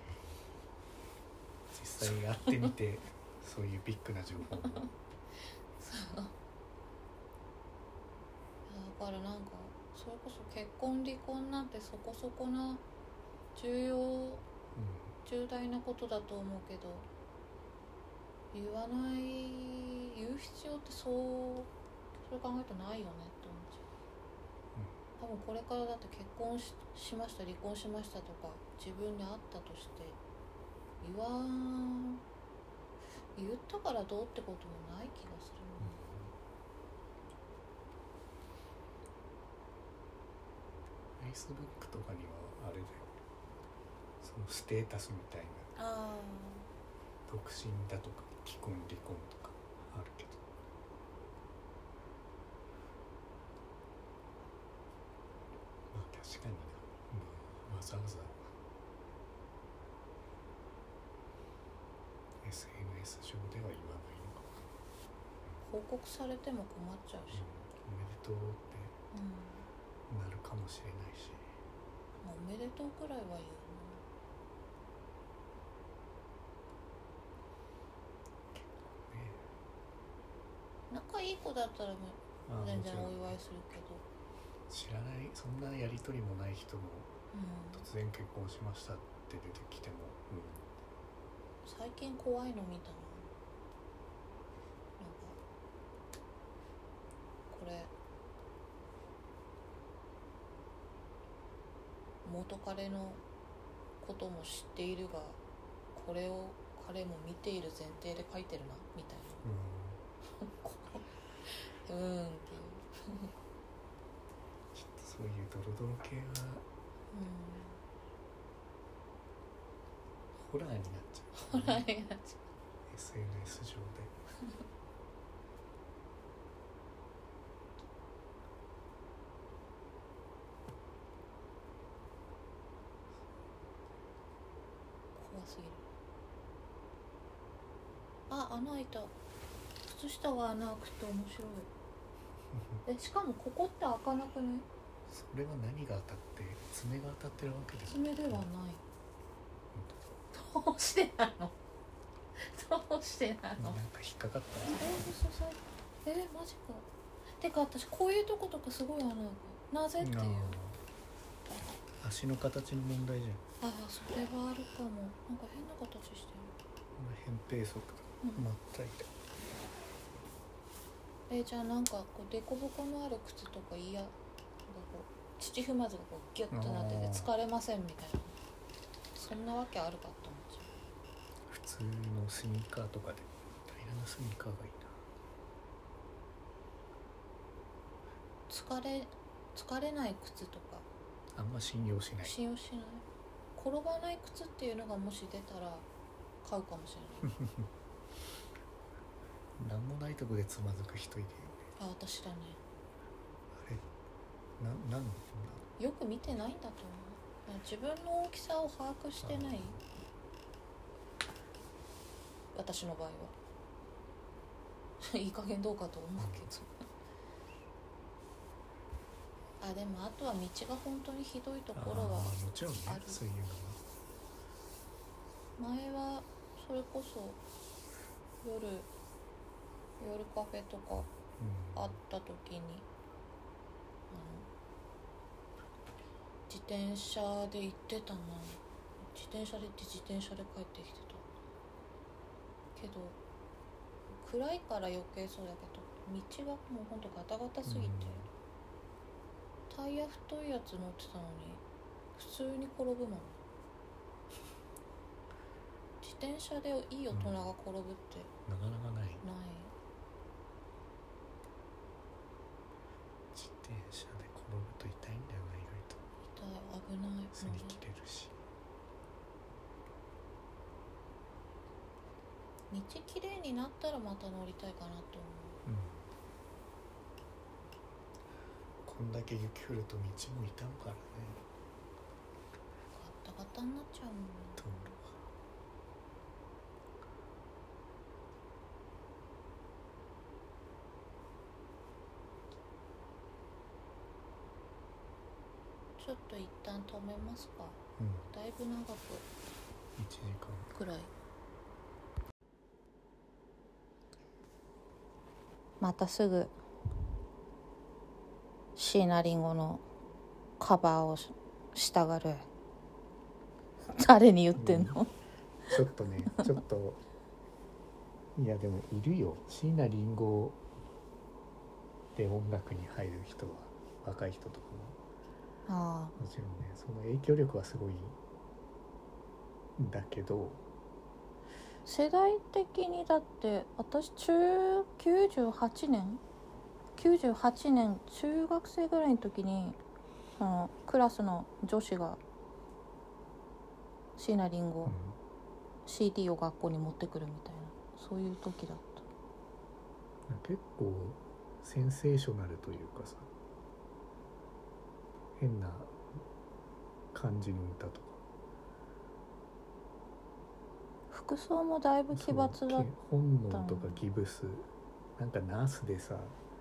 実際に会ってみてそういうビッグな情報もそうだからなんかそれこそ結婚離婚なんてそこそこな重大なことだと思うけど、言う必要ってそれ考えるとないよねって思っちゃう。多分これからだって結婚 しました離婚しましたとか自分にあったとして言ったからどうってこともない気がする。 Facebook とかにはあれでそのステータスみたいな独身だとか既婚離婚とかあるけど、まあ確かにな、わざわざ SNS 上では言わないのかも。 報告されても困っちゃうし、 おめでとうってなるかもしれないし、 おめでとうくらいは言うな、仲いい子だったら全然お祝いするけど、 知らないそんなやり取りもない人も、突然結婚しましたって出てきても、 最近怖いの見たな。なんかこれ元彼のことも知っているがこれを彼も見ている前提で書いてるなみたいな。っていうちょっとそういうドロドロ系は、ホラーになっちゃう、 ホラーになっちゃう SNS 上で怖すぎる。穴開いた。靴下が穴開くって面白い。しかもここって開かなくね？ それは何が当たって爪が当たってるわけですか？ 爪ではない。どうしてなの？どうしてなの？ なんか引っかかった。 マジか。てか私こういうとことかすごい穴開く。なぜっていう。 足の形の問題じゃん。 それはあるかも。なんか変な形してる。 扁平足だ。まったいて。 じゃあなんかこう凸凹のある靴とか嫌だ。 土踏まずがこうギュッとなってて疲れませんみたいな、そんなわけあるかって思っちゃう。 普通のスニーカーとかで平らなスニーカーがいいな。疲れない靴とかあんま信用しない。 信用しない。転ばない靴っていうのがもし出たら買うかもしれないなんもないとこでつまずく人いるよね。 あ、私だね。 あれなんだよく見てないんだと思う。自分の大きさを把握してない。私の場合はいい加減どうかと思うけどあ、でもあとは道が本当にひどいところはもちろんね、そういうのは前はそれこそ夜カフェとかあった時に、自転車で行ってたな。自転車で行って自転車で帰ってきてたけど、暗いから余計そうだけど、道がもうほんとガタガタすぎて、タイヤ太いやつ乗ってたのに普通に転ぶもん。自転車でいい大人が転ぶってなかなかない。自転車で転ぶと痛いんだよな、意外と。 痛い、危ない。 すり切れるし。 道きれいになったらまた乗りたいかなと思う。 こんだけ雪降ると道も傷むからね。 ガタガタになっちゃうもん。 道路がちょっと一旦止めますか。だいぶ長く 1時間くらい。またすぐ椎名林檎のカバーをしたがる。誰に言ってんの、 ちょっとねちょっといやでもいるよ、椎名林檎で音楽に入る人は、若い人とかももちろんね、その影響力はすごいんだけど、 世代的にだって私98年中学生ぐらいの時にクラスの女子が椎名林檎、CD を学校に持ってくるみたいな、そういう時だった。 結構センセーショナルというかさ、変な感じの歌とか、 服装もだいぶ奇抜だった。 本能とかギブス、なんかナースでさ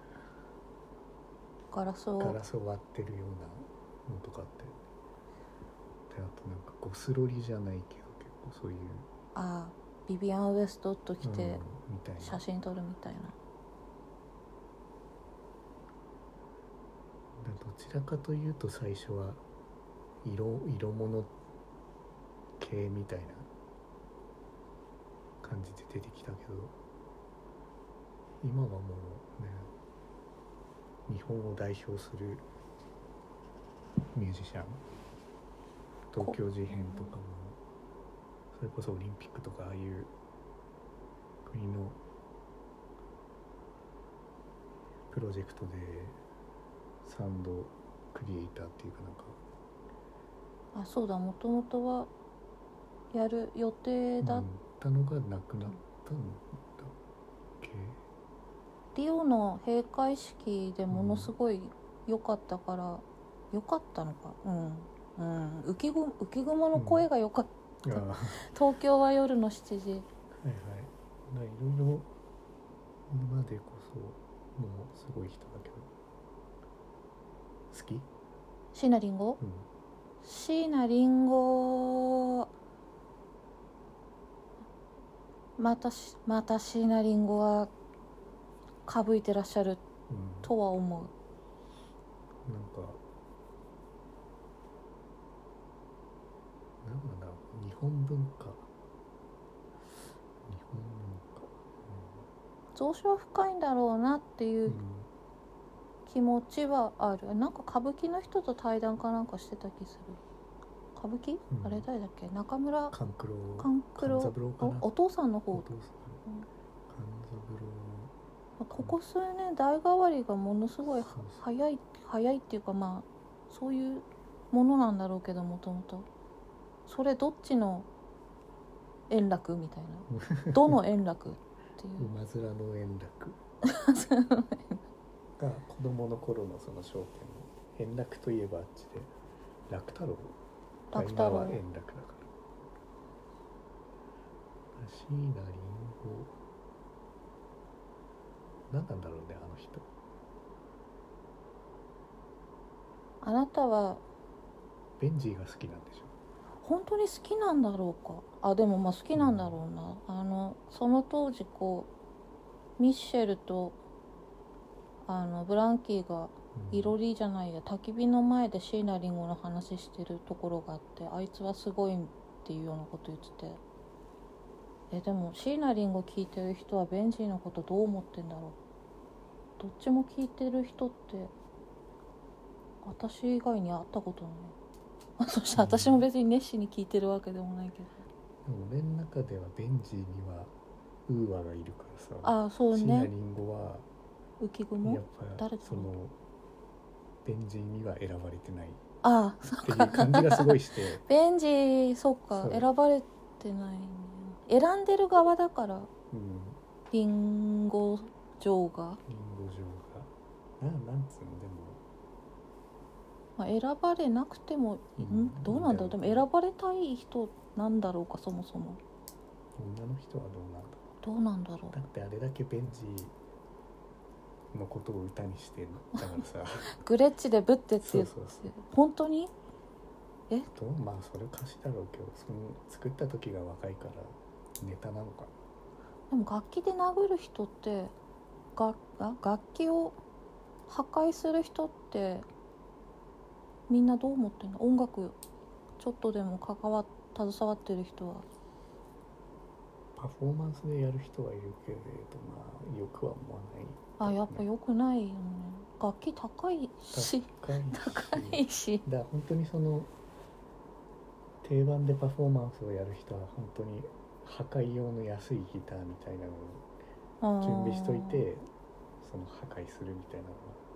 ガラスを割ってるようなのとかあって、であとなんかゴスロリじゃないけど結構そういうビビアン・ウエストウッド着てみたいな写真撮るみたいな。 どちらかというと最初は色物系みたいな感じで出てきたけど、今はもうね、日本を代表するミュージシャン、東京事変とかもそれこそオリンピックとかああいう国のプロジェクトでサウンドクリエイターっていうかなんか、 そうだ、もともとはやる予定だったのがなくなったんだっけ。 リオの閉会式でものすごい良かったから、良かったのか、浮雲の声が良かった、東京は夜の7時。はいはい、いろいろ今でこそもうすごい人だけど、好き？ 椎名林檎？椎名林檎、また椎名林檎はかぶいてらっしゃるとは思う。 なんかなんだろう、日本文化、 蔵書は深いんだろうなっていう気持ちはある。なんか歌舞伎の人と対談かなんかしてた気する。歌舞伎、あれ誰だっけ、中村勘九郎お父さんの方、 勘三郎、 ここ数年代替わりがものすごい早いっていうか、まあそういうものなんだろうけど、もともとそれどっちの円楽みたいなどの円楽っていう馬面の円楽が子供の頃のその証券の円楽といえばあっちで楽太郎が今は円楽だから椎名林檎何なんだろうね、あの人。 あなたはベンジーが好きなんでしょ。 本当に好きなんだろうか。あ、でもまあ好きなんだろうな、その当時こうミッシェルとブランキーがいろりじゃないや、焚き火の前で椎名林檎の話してるところがあって、あいつはすごいっていうようなこと言ってて、でも椎名林檎聞いてる人はベンジーのことどう思ってんだろう。どっちも聞いてる人って私以外に会ったことない。そして私も別に熱心に聞いてるわけでもないけど、 でも俺の中ではベンジーにはウーアがいるからさ。 あ、そうね。 椎名林檎は浮雲やっぱそのベンジーには選ばれてないっていう感じがすごいしてベンジー、そっか、選ばれてないね。選んでる側だから、リンゴ嬢がなんつうの、でも、 まあ、選ばれなくても、どうなんだろう。でも選ばれたい人なんだろうか、そもそも。 女の人はどうなんだろう。 どうなんだろう。 だってあれだけベンジーのことを歌にしてるだからさグレッチでブッテって言ってそう本当にまあそれ歌詞だろうけど、その作った時が若いからネタなのかな。 でも楽器で殴る人って楽器を破壊する人ってみんなどう思ってんの？音楽ちょっとでも携わってる人は。 パフォーマンスでやる人はいるけれど、まあよくは思わない、ね。 やっぱよくないよね。楽器高いしだから本当にその定番でパフォーマンスをやる人は本当に破壊用の安いギターみたいなのを準備しといて、その破壊するみたい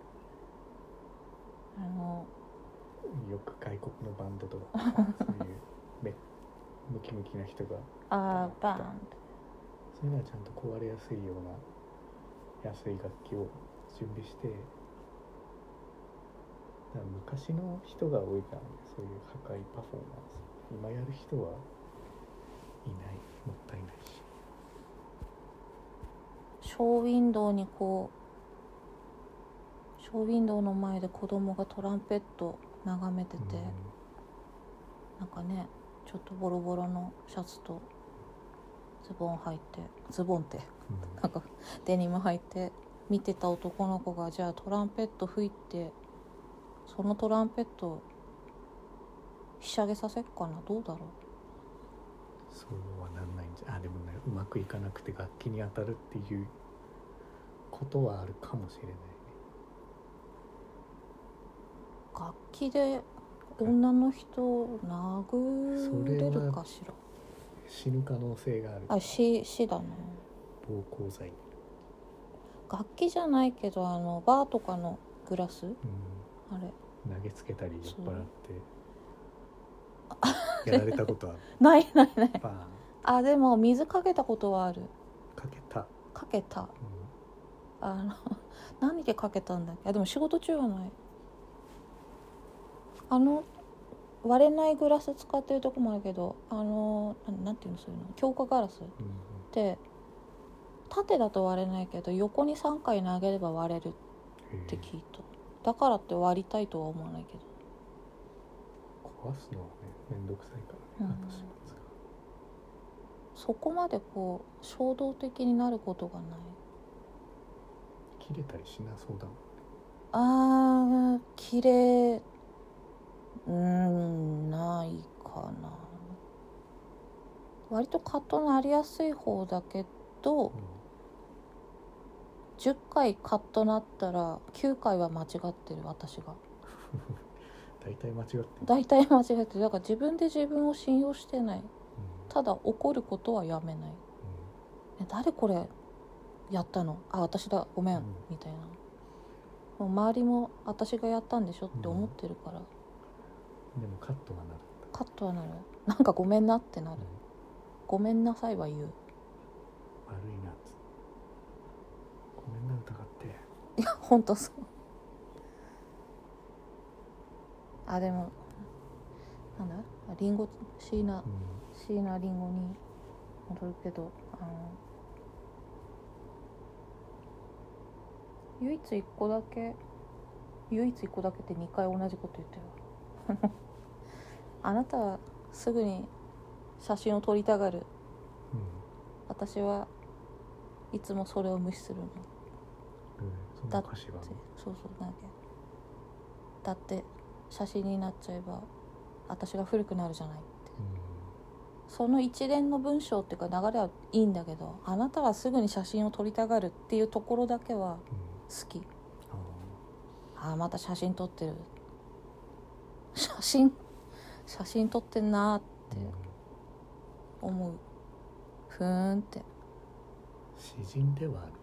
なのはよく外国のバンドとかそういうムキムキな人がバーンそういうのはちゃんと壊れやすいような安い楽器を準備して、だから昔の人が多いからね、そういう破壊パフォーマンス。今やる人はいない、もったいないし。 ショーウィンドウにショーウィンドウの前で子供がトランペット眺めてて、なんかね、ちょっとボロボロのシャツとズボンって、なんかデニム履いて見てた男の子が、じゃあトランペット吹いてそのトランペットひしゃげさせっかな、どうだろう。 そうはなんないんじゃ。でもね、うまくいかなくて楽器に当たるっていうことはあるかもしれないね。 楽器で女の人を殴れるかしら。 死ぬ可能性がある。 死だね。 暴行罪。 楽器じゃないけどバーとかのグラス、あれ投げつけたり酔っ払ってやられたことはないでも水かけたことはある。かけた、何でかけたんだっけ。でも仕事中はない。割れないグラス使ってるとこもあるけど、なんていうの、そういうの強化ガラス、で縦だと割れないけど横に3回投げれば割れるって聞いた。だからって割りたいとは思わないけど。 壊すのはね、めんどくさいからね、私も使う。 そこまで衝動的になることがない。 切れたりしなそうだもんね。 切れないかな。割とカッとなりやすい方だけど、 10回カットなったら9回は間違ってる私が大体間違ってる。 大体間違ってる。だから自分で自分を信用してない、ただ怒ることはやめない、誰これやったの、あ私だごめん、みたいな。もう周りも私がやったんでしょって思ってるから、 でもカットはなる。 カットはなる。なんかごめんなってなる、ごめんなさいは言う。 悪いなっつってごめんな疑って。 いやほんとそう。あでもなんだリンゴ椎名林檎に戻るけど、唯一一個だけって2回同じこと言ってるあなたはすぐに写真を撮りたがる、私はいつもそれを無視するの、 そんな歌詞はそうだって写真になっちゃえば私が古くなるじゃないって、その一連の文章っていうか流れはいいんだけど、あなたはすぐに写真を撮りたがるっていうところだけは好き、また写真撮ってる、写真撮ってんなって思う、ふーんって。 詩人ではあるよね、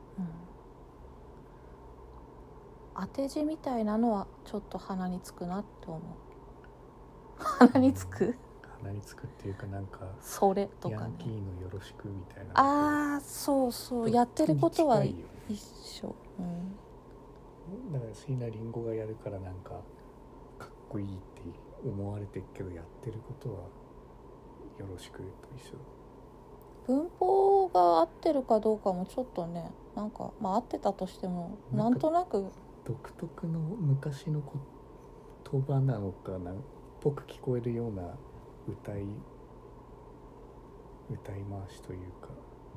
当て字みたいなのはちょっと鼻につくなって思う鼻につくっていうか、なんかそれとかね、 ヤンキーのよろしくみたいな、 そうやってることは一緒、 だから椎名林檎がやるからなんかかっこいいって思われてるけど、やってることはよろしくと一緒。 文法が合ってるかどうかもちょっとね、なんか合ってたとしてもなんとなく独特の昔の言葉なのかなっぽく聞こえるような歌い回しというか、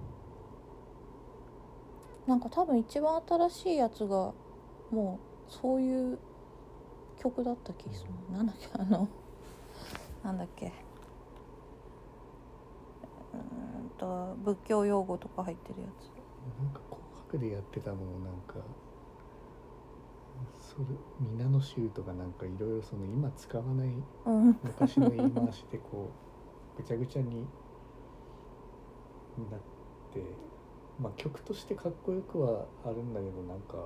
なんか多分一番新しいやつがもうそういう曲だった気がする、なんだっけ仏教用語とか入ってるやつ、 なんか紅白でやってたのもなんかそれ皆の衆とかなんかいろいろその今使わない昔の言い回しでこうぐちゃぐちゃになって、曲としてかっこよくはあるんだけど、なんか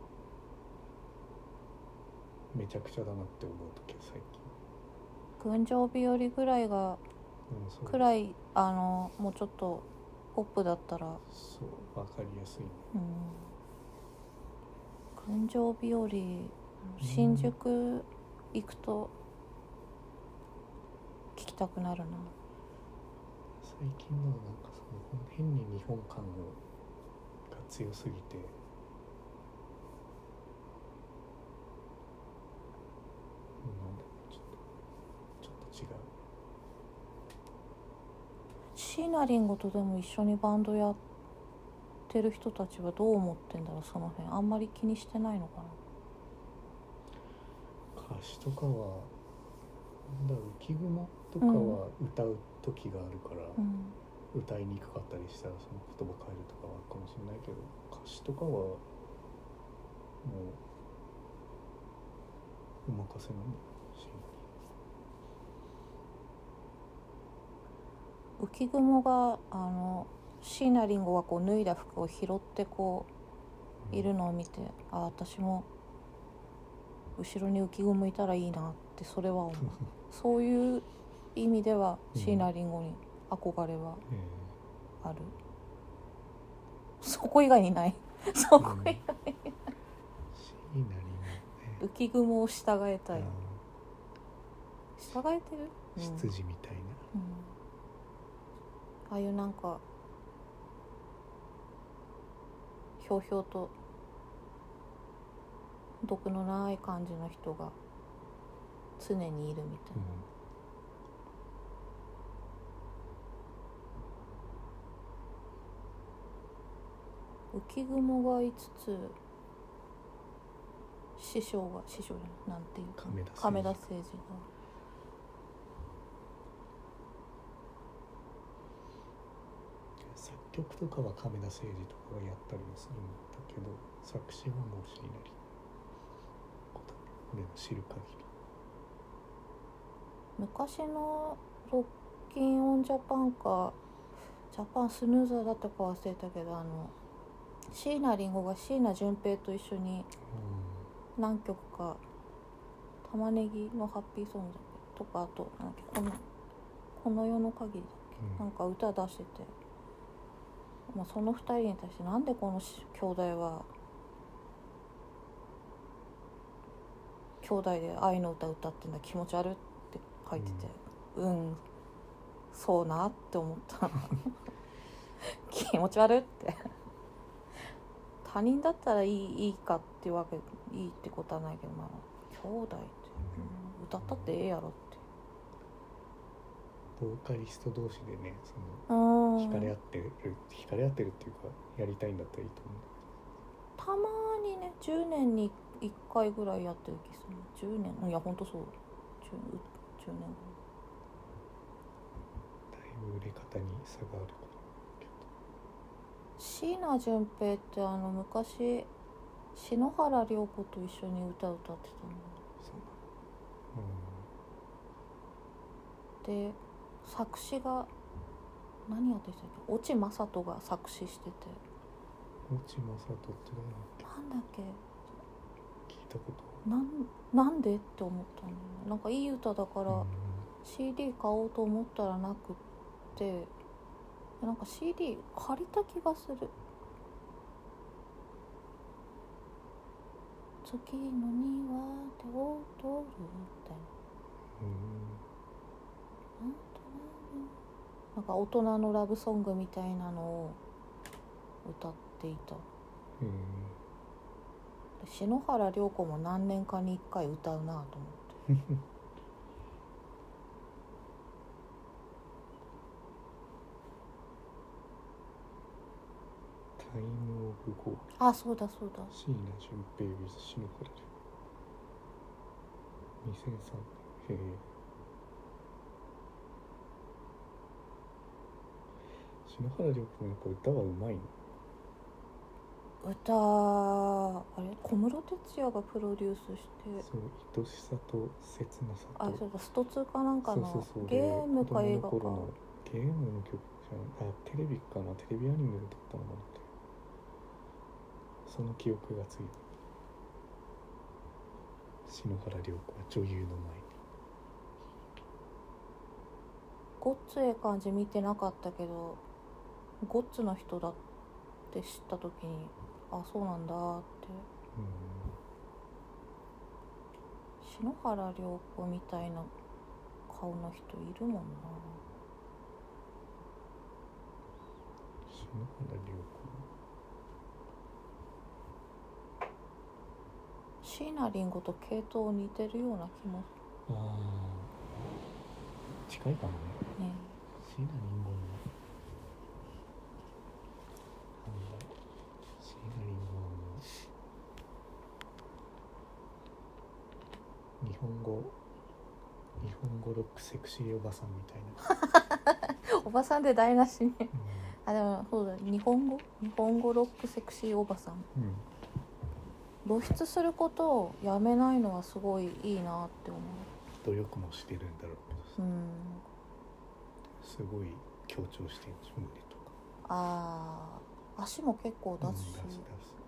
めちゃくちゃだなって思う時は最近。 群青日和ぐらいがくらいもうちょっとポップだったらそう分かりやすいね。 群青日和新宿行くと聞きたくなるな。 最近のなんかその変に日本感が強すぎて、なんだちょっと違う。 椎名林檎とでも一緒にバンドやってる人たちはどう思ってんだろう、その辺あんまり気にしてないのかな。 歌詞とかは浮雲とかは歌う時があるから、歌いにくかったりしたらその言葉変えるとかはあるかもしれないけど、歌詞とかはもうお任せなんだし。 浮雲が椎名林檎がこう脱いだ服を拾ってこういるのを見て、私も後ろに浮雲いたらいいなってそれは思うそういう意味では椎名林檎に憧れはある、そこ以外にないそこ以外にない、浮雲を従えたい、従えてる羊みたいな、 ああいうなんかひょうひょうと毒のない感じの人が常にいるみたいな、浮雲がいつつ師匠じゃないなんていうか亀田誠治が作曲とかは亀田誠治とかがやったりもするんだけど、作詞はもう椎名林檎だね、俺の知る限り。 昔のロッキンオンジャパンかジャパンスヌーザーだったか忘れたけど、椎名林檎が椎名淳平と一緒に何曲か、玉ねぎのハッピーソングだっけとか、あとなんかこの世の限りだっけ、なんか歌出してて、まあ、その2人に対してなんでこの兄弟は兄弟で愛の歌歌ってんだ、気持ち悪って書いてて、そうなって思った気持ち悪って他人だったらいいかってわけ、いいってことはないけど、まあ兄弟って、歌ったってええやろって。 ボーカリスト同士でね、その惹かれ合ってるっていうか、やりたいんだったらいいと思うんだけど、たまにね10年に1回ぐらいやってる気する。10年、いやほんとそう、10年ぐらい。 だいぶ売れ方に差があるから。 椎名淳平って昔篠原涼子と一緒に歌ってたの。そうで、作詞が何やってたっけ、越智正人が作詞してて。 越智正人ってなんだっけ、 聞いたこと。 なんでって思ったの。なんかいい歌だから CD 買おうと思ったらなくって、なんか CD 借りた気がする。月の庭で踊るみたいな、なんか大人のラブソングみたいなのを歌っていた。篠原涼子も何年かに1回歌うなと思ってタイムオブゴー。 あ、そうだそうだ。 椎名淳平 with 篠原涼子。2003年。篠原涼子もやっぱ歌はうまいの。 あれ小室哲哉がプロデュースして、 そう、愛しさと切なさと、 そうだ、スト2かなんかのそうゲームか映画か、 ゲームの曲じゃん、テレビかな、テレビアニメだったのかなって、その記憶がついた。篠原涼子は女優の前に。 ゴッツええ感じ見てなかったけど、ゴッツの人だって知った時に、あ、そうなんだって。篠原涼子みたいな顔の人いるもんな。 篠原涼子、椎名林檎と系統似てるような気も。 近いかもね。椎名林檎の椎名林檎はもう日本語ロックセクシーおばさんみたいなおばさんで台無しね、あ、でもそうだ、日本語ロックセクシーおばさん、露出することをやめないのはすごいいいなって思う。 努力もしてるんだろうけどさ、すごい強調してるし、胸とか。 足も結構出すし、出す。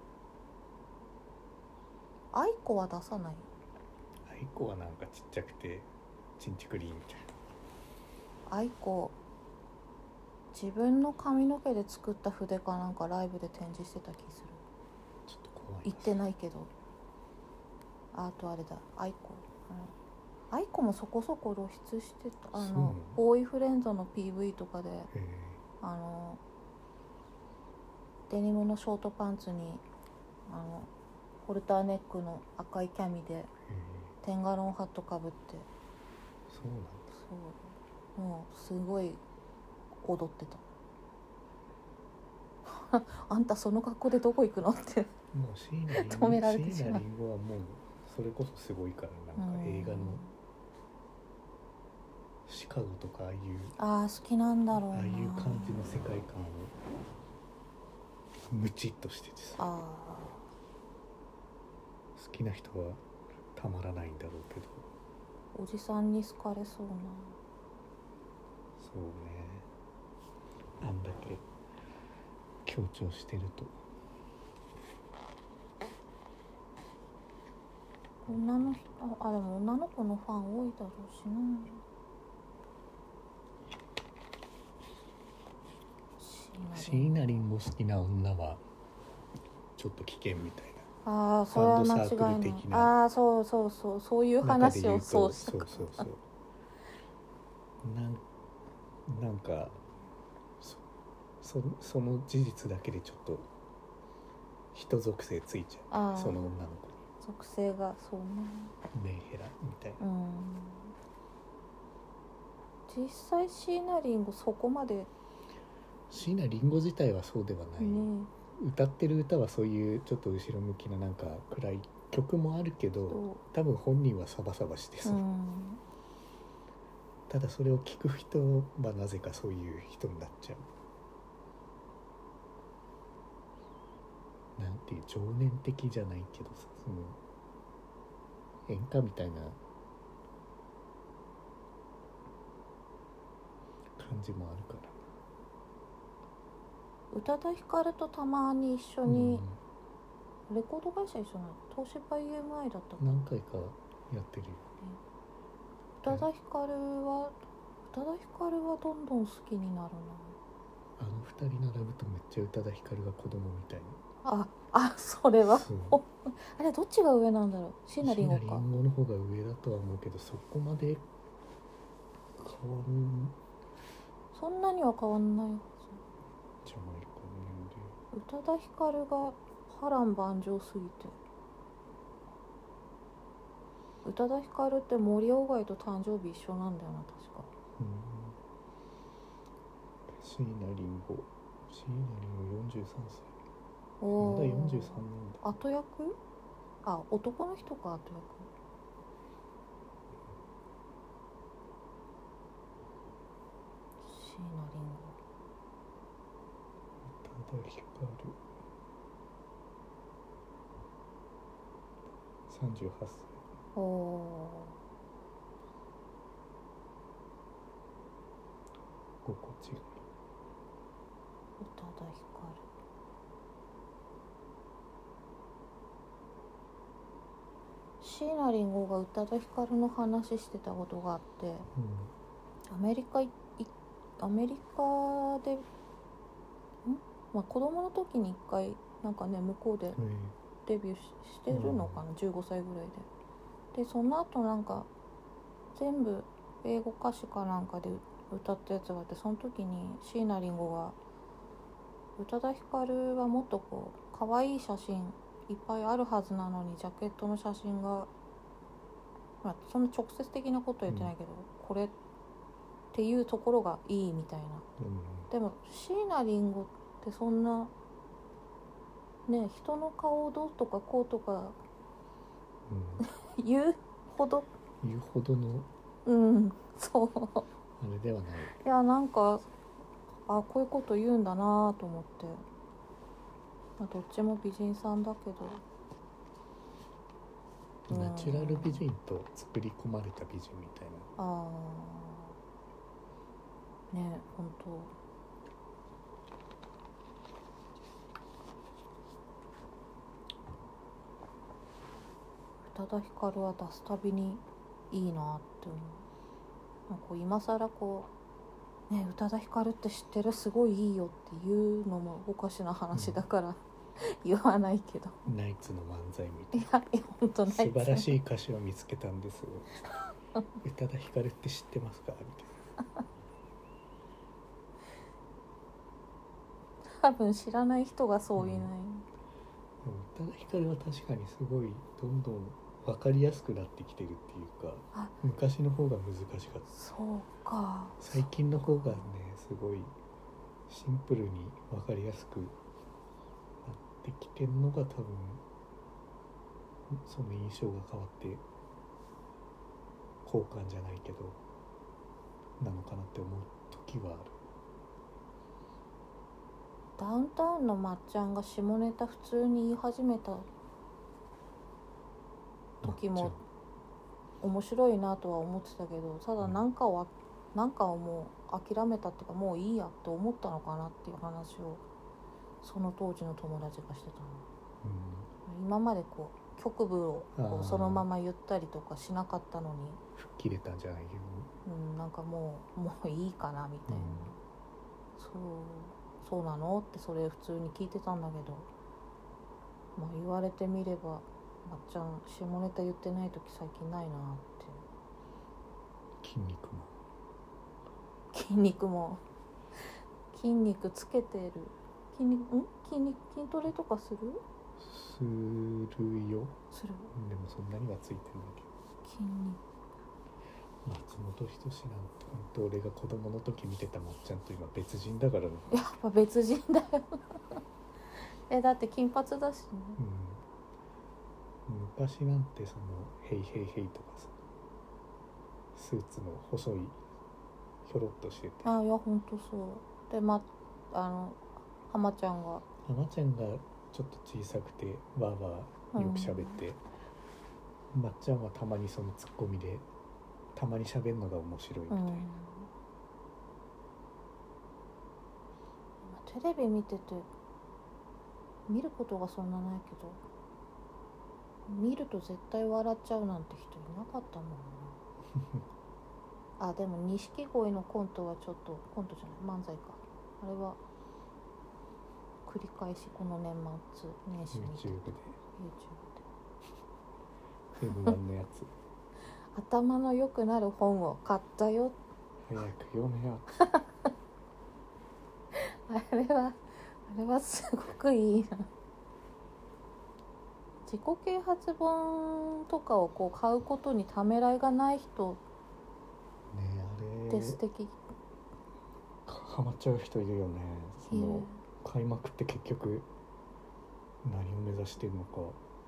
愛子は出さない。 愛子はなんかちっちゃくてチンチクリーンみたいな。愛子自分の髪の毛で作った筆かなんかライブで展示してた気する。 ちょっと怖い。 言ってないけど。あとあれだ、愛子もそこそこ露出してた。ボーイフレンドの PV とかでデニムのショートパンツにホルターネックの赤いキャミでテンガロンハットかぶって。 そうなんだ。 そう、もうすごい踊ってたあんたその格好でどこ行くのってもう止められてしまう。 椎名林檎はもうそれこそすごいから、なんか映画のシカゴとかああいう好きなんだろうな、 ああいう感じの世界観をムチっとしててさ、好きな人はたまらないんだろうけど、 おじさんに好かれそうな。 そうね、あんだけ強調してると。 女の人、でも女の子のファン多いだろうしな。 椎名林檎好きな女はちょっと危険みたいな。それは間違いない。そういう話をそうしたかった。 なんかその事実だけでちょっと人属性ついちゃう、その女の子に属性がそうね、 メンヘラみたいな。 実際椎名林檎そこまで、 椎名林檎自体はそうではない、歌ってる歌はそういうちょっと後ろ向きななんか暗い曲もあるけど、多分本人はサバサバしてそう、ただそれを聞く人はなぜかそういう人になっちゃう。なんていう情念的じゃないけどさ、その演歌みたいな感じもあるから。 宇多田ヒカルとたまに一緒に、レコード会社一緒なの、東芝 EMI だったかな、 何回かやってるよ、 宇多田ヒカルはどんどん好きになるな。 あの二人並ぶとめっちゃ宇多田ヒカルが子供みたいに。 それはあれどっちが上なんだろう。椎名林檎か。 椎名林檎の方が上だとは思うけど、そこまで変わん、 そんなには変わんないはずじゃないかね。 宇多田ヒカルが波乱万丈すぎて。宇多田ヒカルって森鴎外と誕生日一緒なんだよな、確か。 椎名林檎43歳。まだ43なんだ。 後役？男の人か、後役。椎名林檎。 宇多田ヒカル38歳。心地がいい。 宇多田ヒカル。椎名林檎が宇多田ヒカルの話してたことがあって、アメリカで子供の時に一回なんかね、向こうでデビューしてるのかな、15歳ぐらいで。でその後なんか全部英語歌詞かなんかで歌ったやつがあって、その時に椎名林檎が宇多田ヒカルはもっとこう可愛い写真いっぱいあるはずなのに、ジャケットの写真が、そんな直接的なことは言ってないけど、これっていうところがいいみたいな、でも椎名林檎ってそんなね、人の顔をどうとかこうとか、言うほどのそうあれではない。 いや、なんかこういうこと言うんだなと思って、どっちも美人さんだけど、 ナチュラル美人と作り込まれた美人みたいな。 ね、本当。宇多田ヒカルは出すたびにいいなって思う。こう今更こうね、宇多田ヒカルって知ってる、すごいいいよっていうのもおかしな話だから、言わないけど。 ナイツの漫才みたいな。 いや本当ナイツ。 素晴らしい歌詞を見つけたんです宇多田ヒカルって知ってますかみたいな。 多分知らない人がそういない。 宇多田ヒカルは確かにすごいどんどん分かりやすくなってきてるっていうか、昔の方が難しかった。 そうか。 最近の方がね、すごいシンプルに分かりやすくなってきてるのが、多分その印象が変わって好感じゃないけどなのかなって思う時はある。 ダウンタウンのまっちゃんが下ネタ普通に言い始めた時も面白いなとは思ってたけど、ただなんかをもう諦めたっていうか、もういいやって思ったのかなっていう話をその当時の友達がしてたの、今までこう局部をこうそのまま言ったりとかしなかったのに吹っ切れたんじゃないけど、 なんかもういいかなみたいな、そうなのってそれ普通に聞いてたんだけど、まあ言われてみればまっちゃん下ネタ言ってない時最近ないなって。筋肉つけてる。筋トレとかするよ。 でもそんなにはついてないけど。 筋肉。 松本人志なんて本当俺が子供の時見てたまっちゃんと今別人だからね。 やっぱ別人だよだって金髪だしね、 昔なんてそのヘイヘイヘイとかさ、スーツの細いひょろっとしてて、 いやほんとそうで、浜ちゃんがちょっと小さくてわーわーよく喋って、まっちゃんはたまにそのツッコミでたまに喋るのが面白いみたいな、 テレビ見てて見ることがそんなないけど、見ると絶対笑っちゃうなんて人いなかったもんなでも錦鯉のコントはちょっとコントじゃない漫才か、あれは繰り返しこの年末年始に YouTube で M1 のやつ頭の良くなる本を買ったよ、 早く読めよあれはすごくいいな。自己啓発本とかをこう買うことにためらいがない人って素敵。 ハマっちゃう人いるよね。その買いまくって結局何を目指してるのか。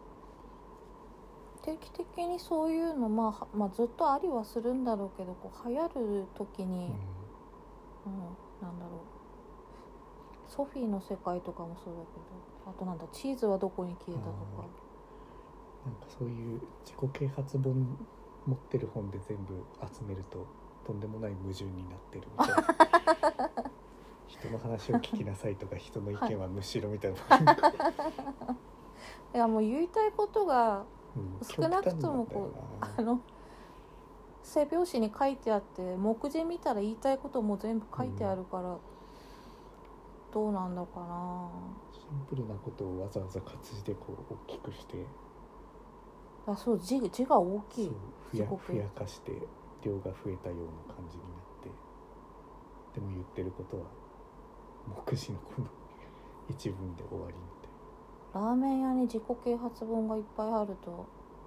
定期的にそういうの、まあずっとありはするんだろうけど、こう流行る時に、なんだろう、ソフィーの世界とかもそうだけど、あとなんだ、チーズはどこに消えたとか、 なんかそういう自己啓発本持ってる本で全部集めるととんでもない矛盾になってるみたいな人の話を聞きなさいとか人の意見はむしろみたいな、 いやもう言いたいことが少なくともこう背表紙に書いてあって、目次見たら言いたいことも全部書いてあるから、どうなんだかな。 シンプルなことをわざわざ活字でこう大きくして、 そう字が大きい、 ふやかして量が増えたような感じになって、でも言ってることは目次のこの一文で終わりみたいな。 ラーメン屋に自己啓発本がいっぱいあると、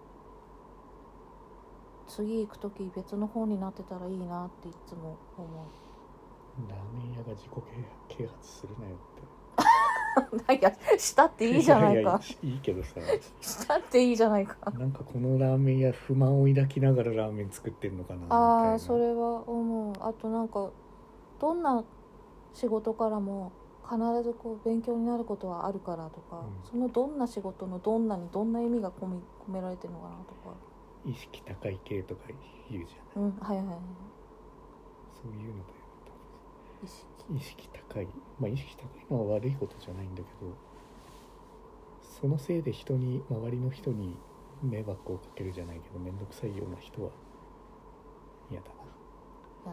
次行くとき別の本になってたらいいなっていつも思う。 ラーメン屋が自己啓発するなよっていやしたっていいじゃないか。 いいけどさ、 したっていいじゃないか。 なんかこのラーメン屋不満を抱きながらラーメン作ってるのかなみたいな。 それは思う。あとなんかどんな仕事からも必ずこう勉強になることはあるからとか、そのどんな仕事のどんな意味が込められてるのかなとか。 意識高い系とか言うじゃない。 はいはい。 そういうのだよ。意識高い、意識高いのは悪いことじゃないんだけど、そのせいで周りの人に迷惑をかけるじゃないけど、面倒くさいような人は嫌だな。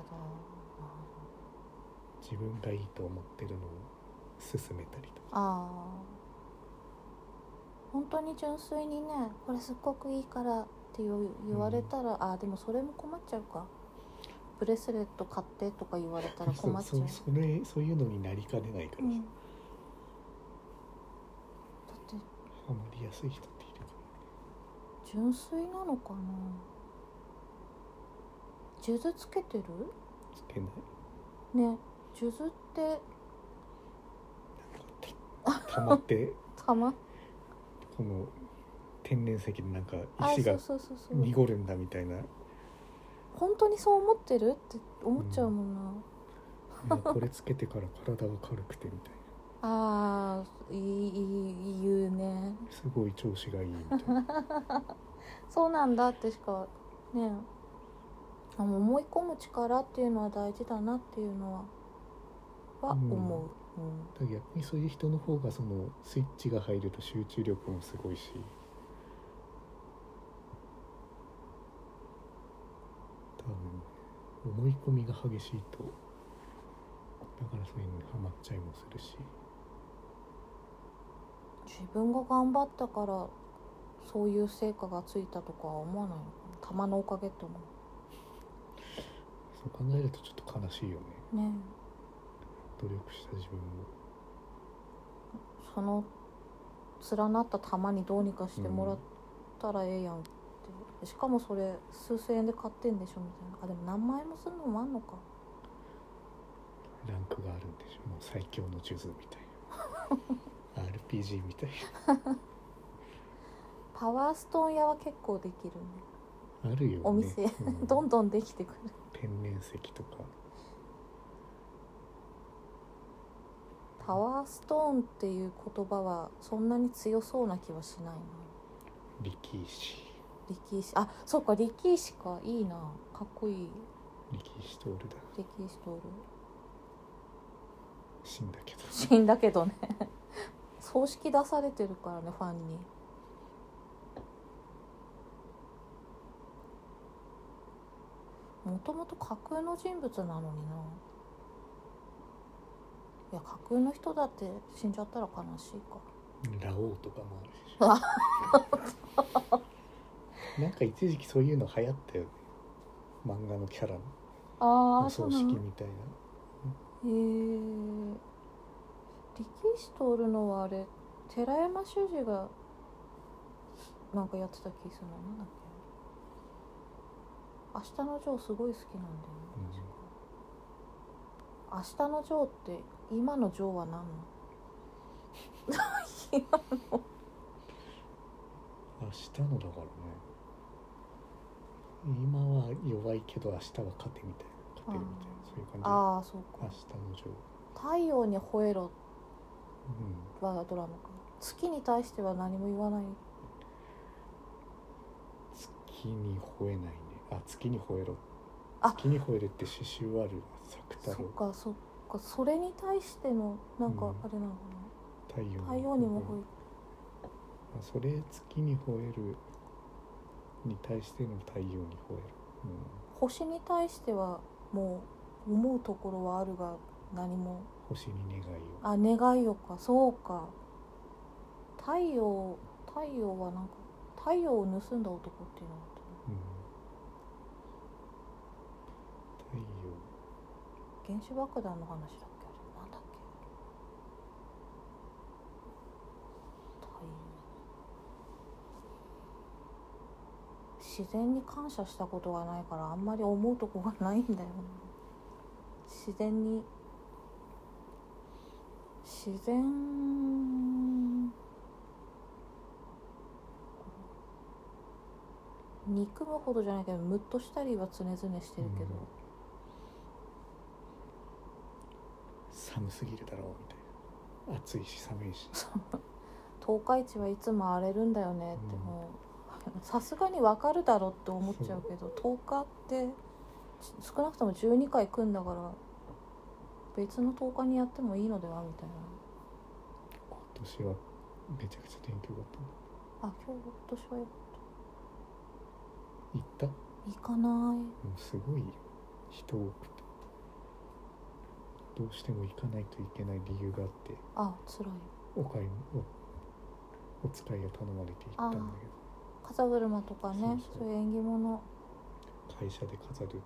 自分がいいと思ってるのを勧めたりとか。 本当に純粋にね、これすっごくいいからって言われたら、でもそれも困っちゃうか。ブレスレット買ってとか言われたら困っちゃう。 そういうのになりかねないからさ、だってハマりやすい人っているから。 純粋なのかな。数珠つけてる？ つけないね。数珠ってたまってこの天然石でなんか石が濁るんだみたいな。 本当にそう思ってるって思っちゃうもんな、 これつけてから体が軽くてみたいああ言うね。 すごい調子がいいみたいなそうなんだってしかね、思い込む力っていうのは大事だなっていうのは思う、 だ逆にそういう人の方がそのスイッチが入ると集中力もすごいし、多分思い込みが激しいとだからそういうのにハマっちゃいもするし、 自分が頑張ったからそういう成果がついたとかは思わないのかな。玉のおかげって思う。 そう考えるとちょっと悲しいよね。 ね、 努力した自分もその連なった玉にどうにかしてもらったらええやんって、しかもそれ数千円で買ってんでしょみたいな。あ、でも何万円もするのもあんのか。 ランクがあるんでしょ。もう最強の数珠みたいなRPG みたいなパワーストーン屋は結構できるね。 あるよね、 お店、どんどんできてくる。 天然石とかパワーストーンっていう言葉はそんなに強そうな気はしないな。 力石、 力石、あ、そうか、力石か。いいな、かっこいい。 力石トールだ。 力石通る。 死んだけど死んだけどね葬式出されてるからね、ファンに。もともと架空の人物なのにな。いや、架空の人だって死んじゃったら悲しいか。 ラオウとかもあるしなんか一時期そういうの流行ったよね、漫画のキャラのお葬式みたいな。 力士通るのはあれ、寺山修司がなんかやってた気するな。なんだっけ、明日のジョーすごい好きなんだよね、確か。明日のジョーって今のジョーは何なの今の明日のだからね、今は弱いけど明日は勝てみたいな、勝てるみたいな、そういう感じ。 ああ、そうか。 明日のジョー、 太陽に吠えろはドラマか。月に対しては何も言わない。 月に吠えないね。あ、月に吠えろ。 あ、 月に吠えるって詩集ある作太郎。 そっかそっか、それに対してのなんかあれなのかな、太陽にも吠える。 それ月に吠えるに対しての太陽に吠える、 星に対してはもう思うところはあるが何も。 星に願いを。 あ、願いをか。そうか。太陽はなんか太陽を盗んだ男っていうのだったね。 太陽、 原子爆弾の話だっけ、あれなんだっけ。太陽、自然に感謝したことがないからあんまり思うとこがないんだよな。自然憎むほどじゃないけどムッとしたりは常々してるけど、 寒すぎるだろうみたいな、暑いし寒いし東海地はいつも荒れるんだよねって、もうさすがに分かるだろって思っちゃうけど、10日って少なくとも12回来んだから別の10日にやってもいいのではみたいな。 今年はめちゃくちゃ天気良かった。 あ、今年はよか行った？ った。行かない。 もうすごい人多くて、どうしても行かないといけない理由があって、 あ、辛い。 お使いを頼まれて行ったんだけど、 風車とかね、そういう縁起物、 会社で飾るっつって、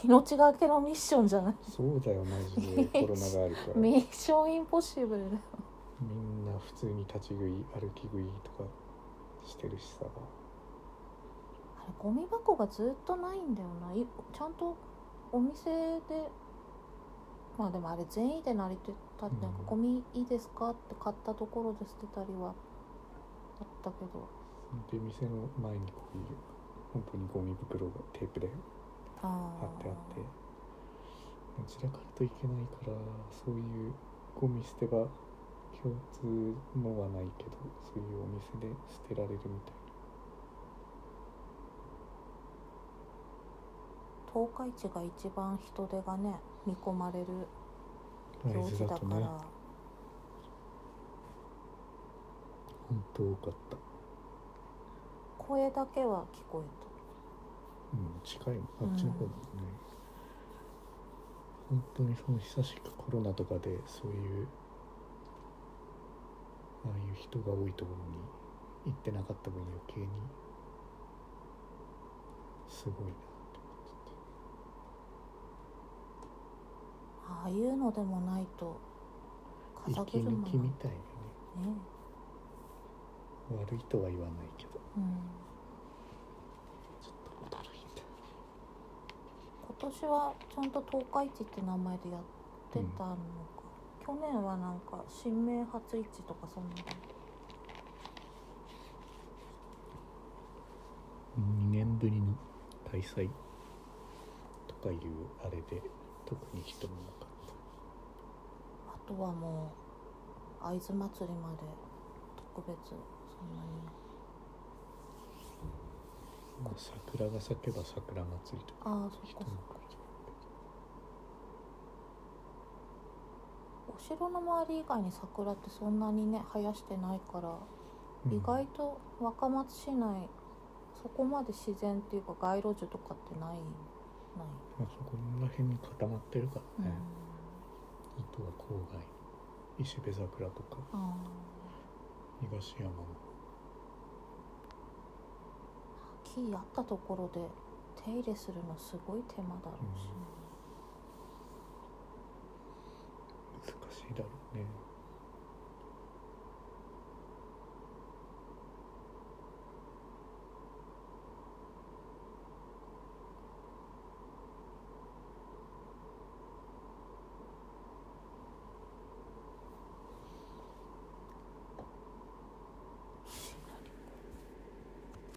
命がけのミッションじゃない。 そうだよ、マジでコロナがあるからミッションインポッシブルだよ。 みんな普通に立ち食い歩き食いとかしてるしさ。 あれゴミ箱がずっとないんだよな。ちゃんとお店で、まあでもあれ善意で成り立ったって、なんかゴミいいですかって買ったところで捨てたりはあったけど、 で店の前にこういう本当にゴミ袋がテープで貼ってあって、 散らかるといけないから、そういうゴミ捨て場共通のはないけど、そういうお店で捨てられるみたいな。 十日市が一番人手がね見込まれる行事だから、ね、 本当多かった。 声だけは聞こえた。近いあっちの方だね、本当にその久しくコロナとかでそういうああいう人が多いところに行ってなかった分余計にすごいなってああいうのでもないと風車息抜きみたいなね、悪いとは言わないけど、ちょっと驚いた。 今年はちゃんと十日市って名前でやってたのか、去年はなんか新名初市とかそんな 2年ぶりの開催とかいうあれで特に人も多かった。 あとはもう会津祭りまで特別そんなに、 桜が咲けば桜祭りとか、 ああそっかそっか。お城の周り以外に桜ってそんなにね生やしてないから、意外と若松市内そこまで自然っていうか街路樹とかってない。 そこら辺に固まってるからね、あとは郊外石部桜とか東山の木あったところで手入れするのすごい手間だろうし、 難しいだろうね。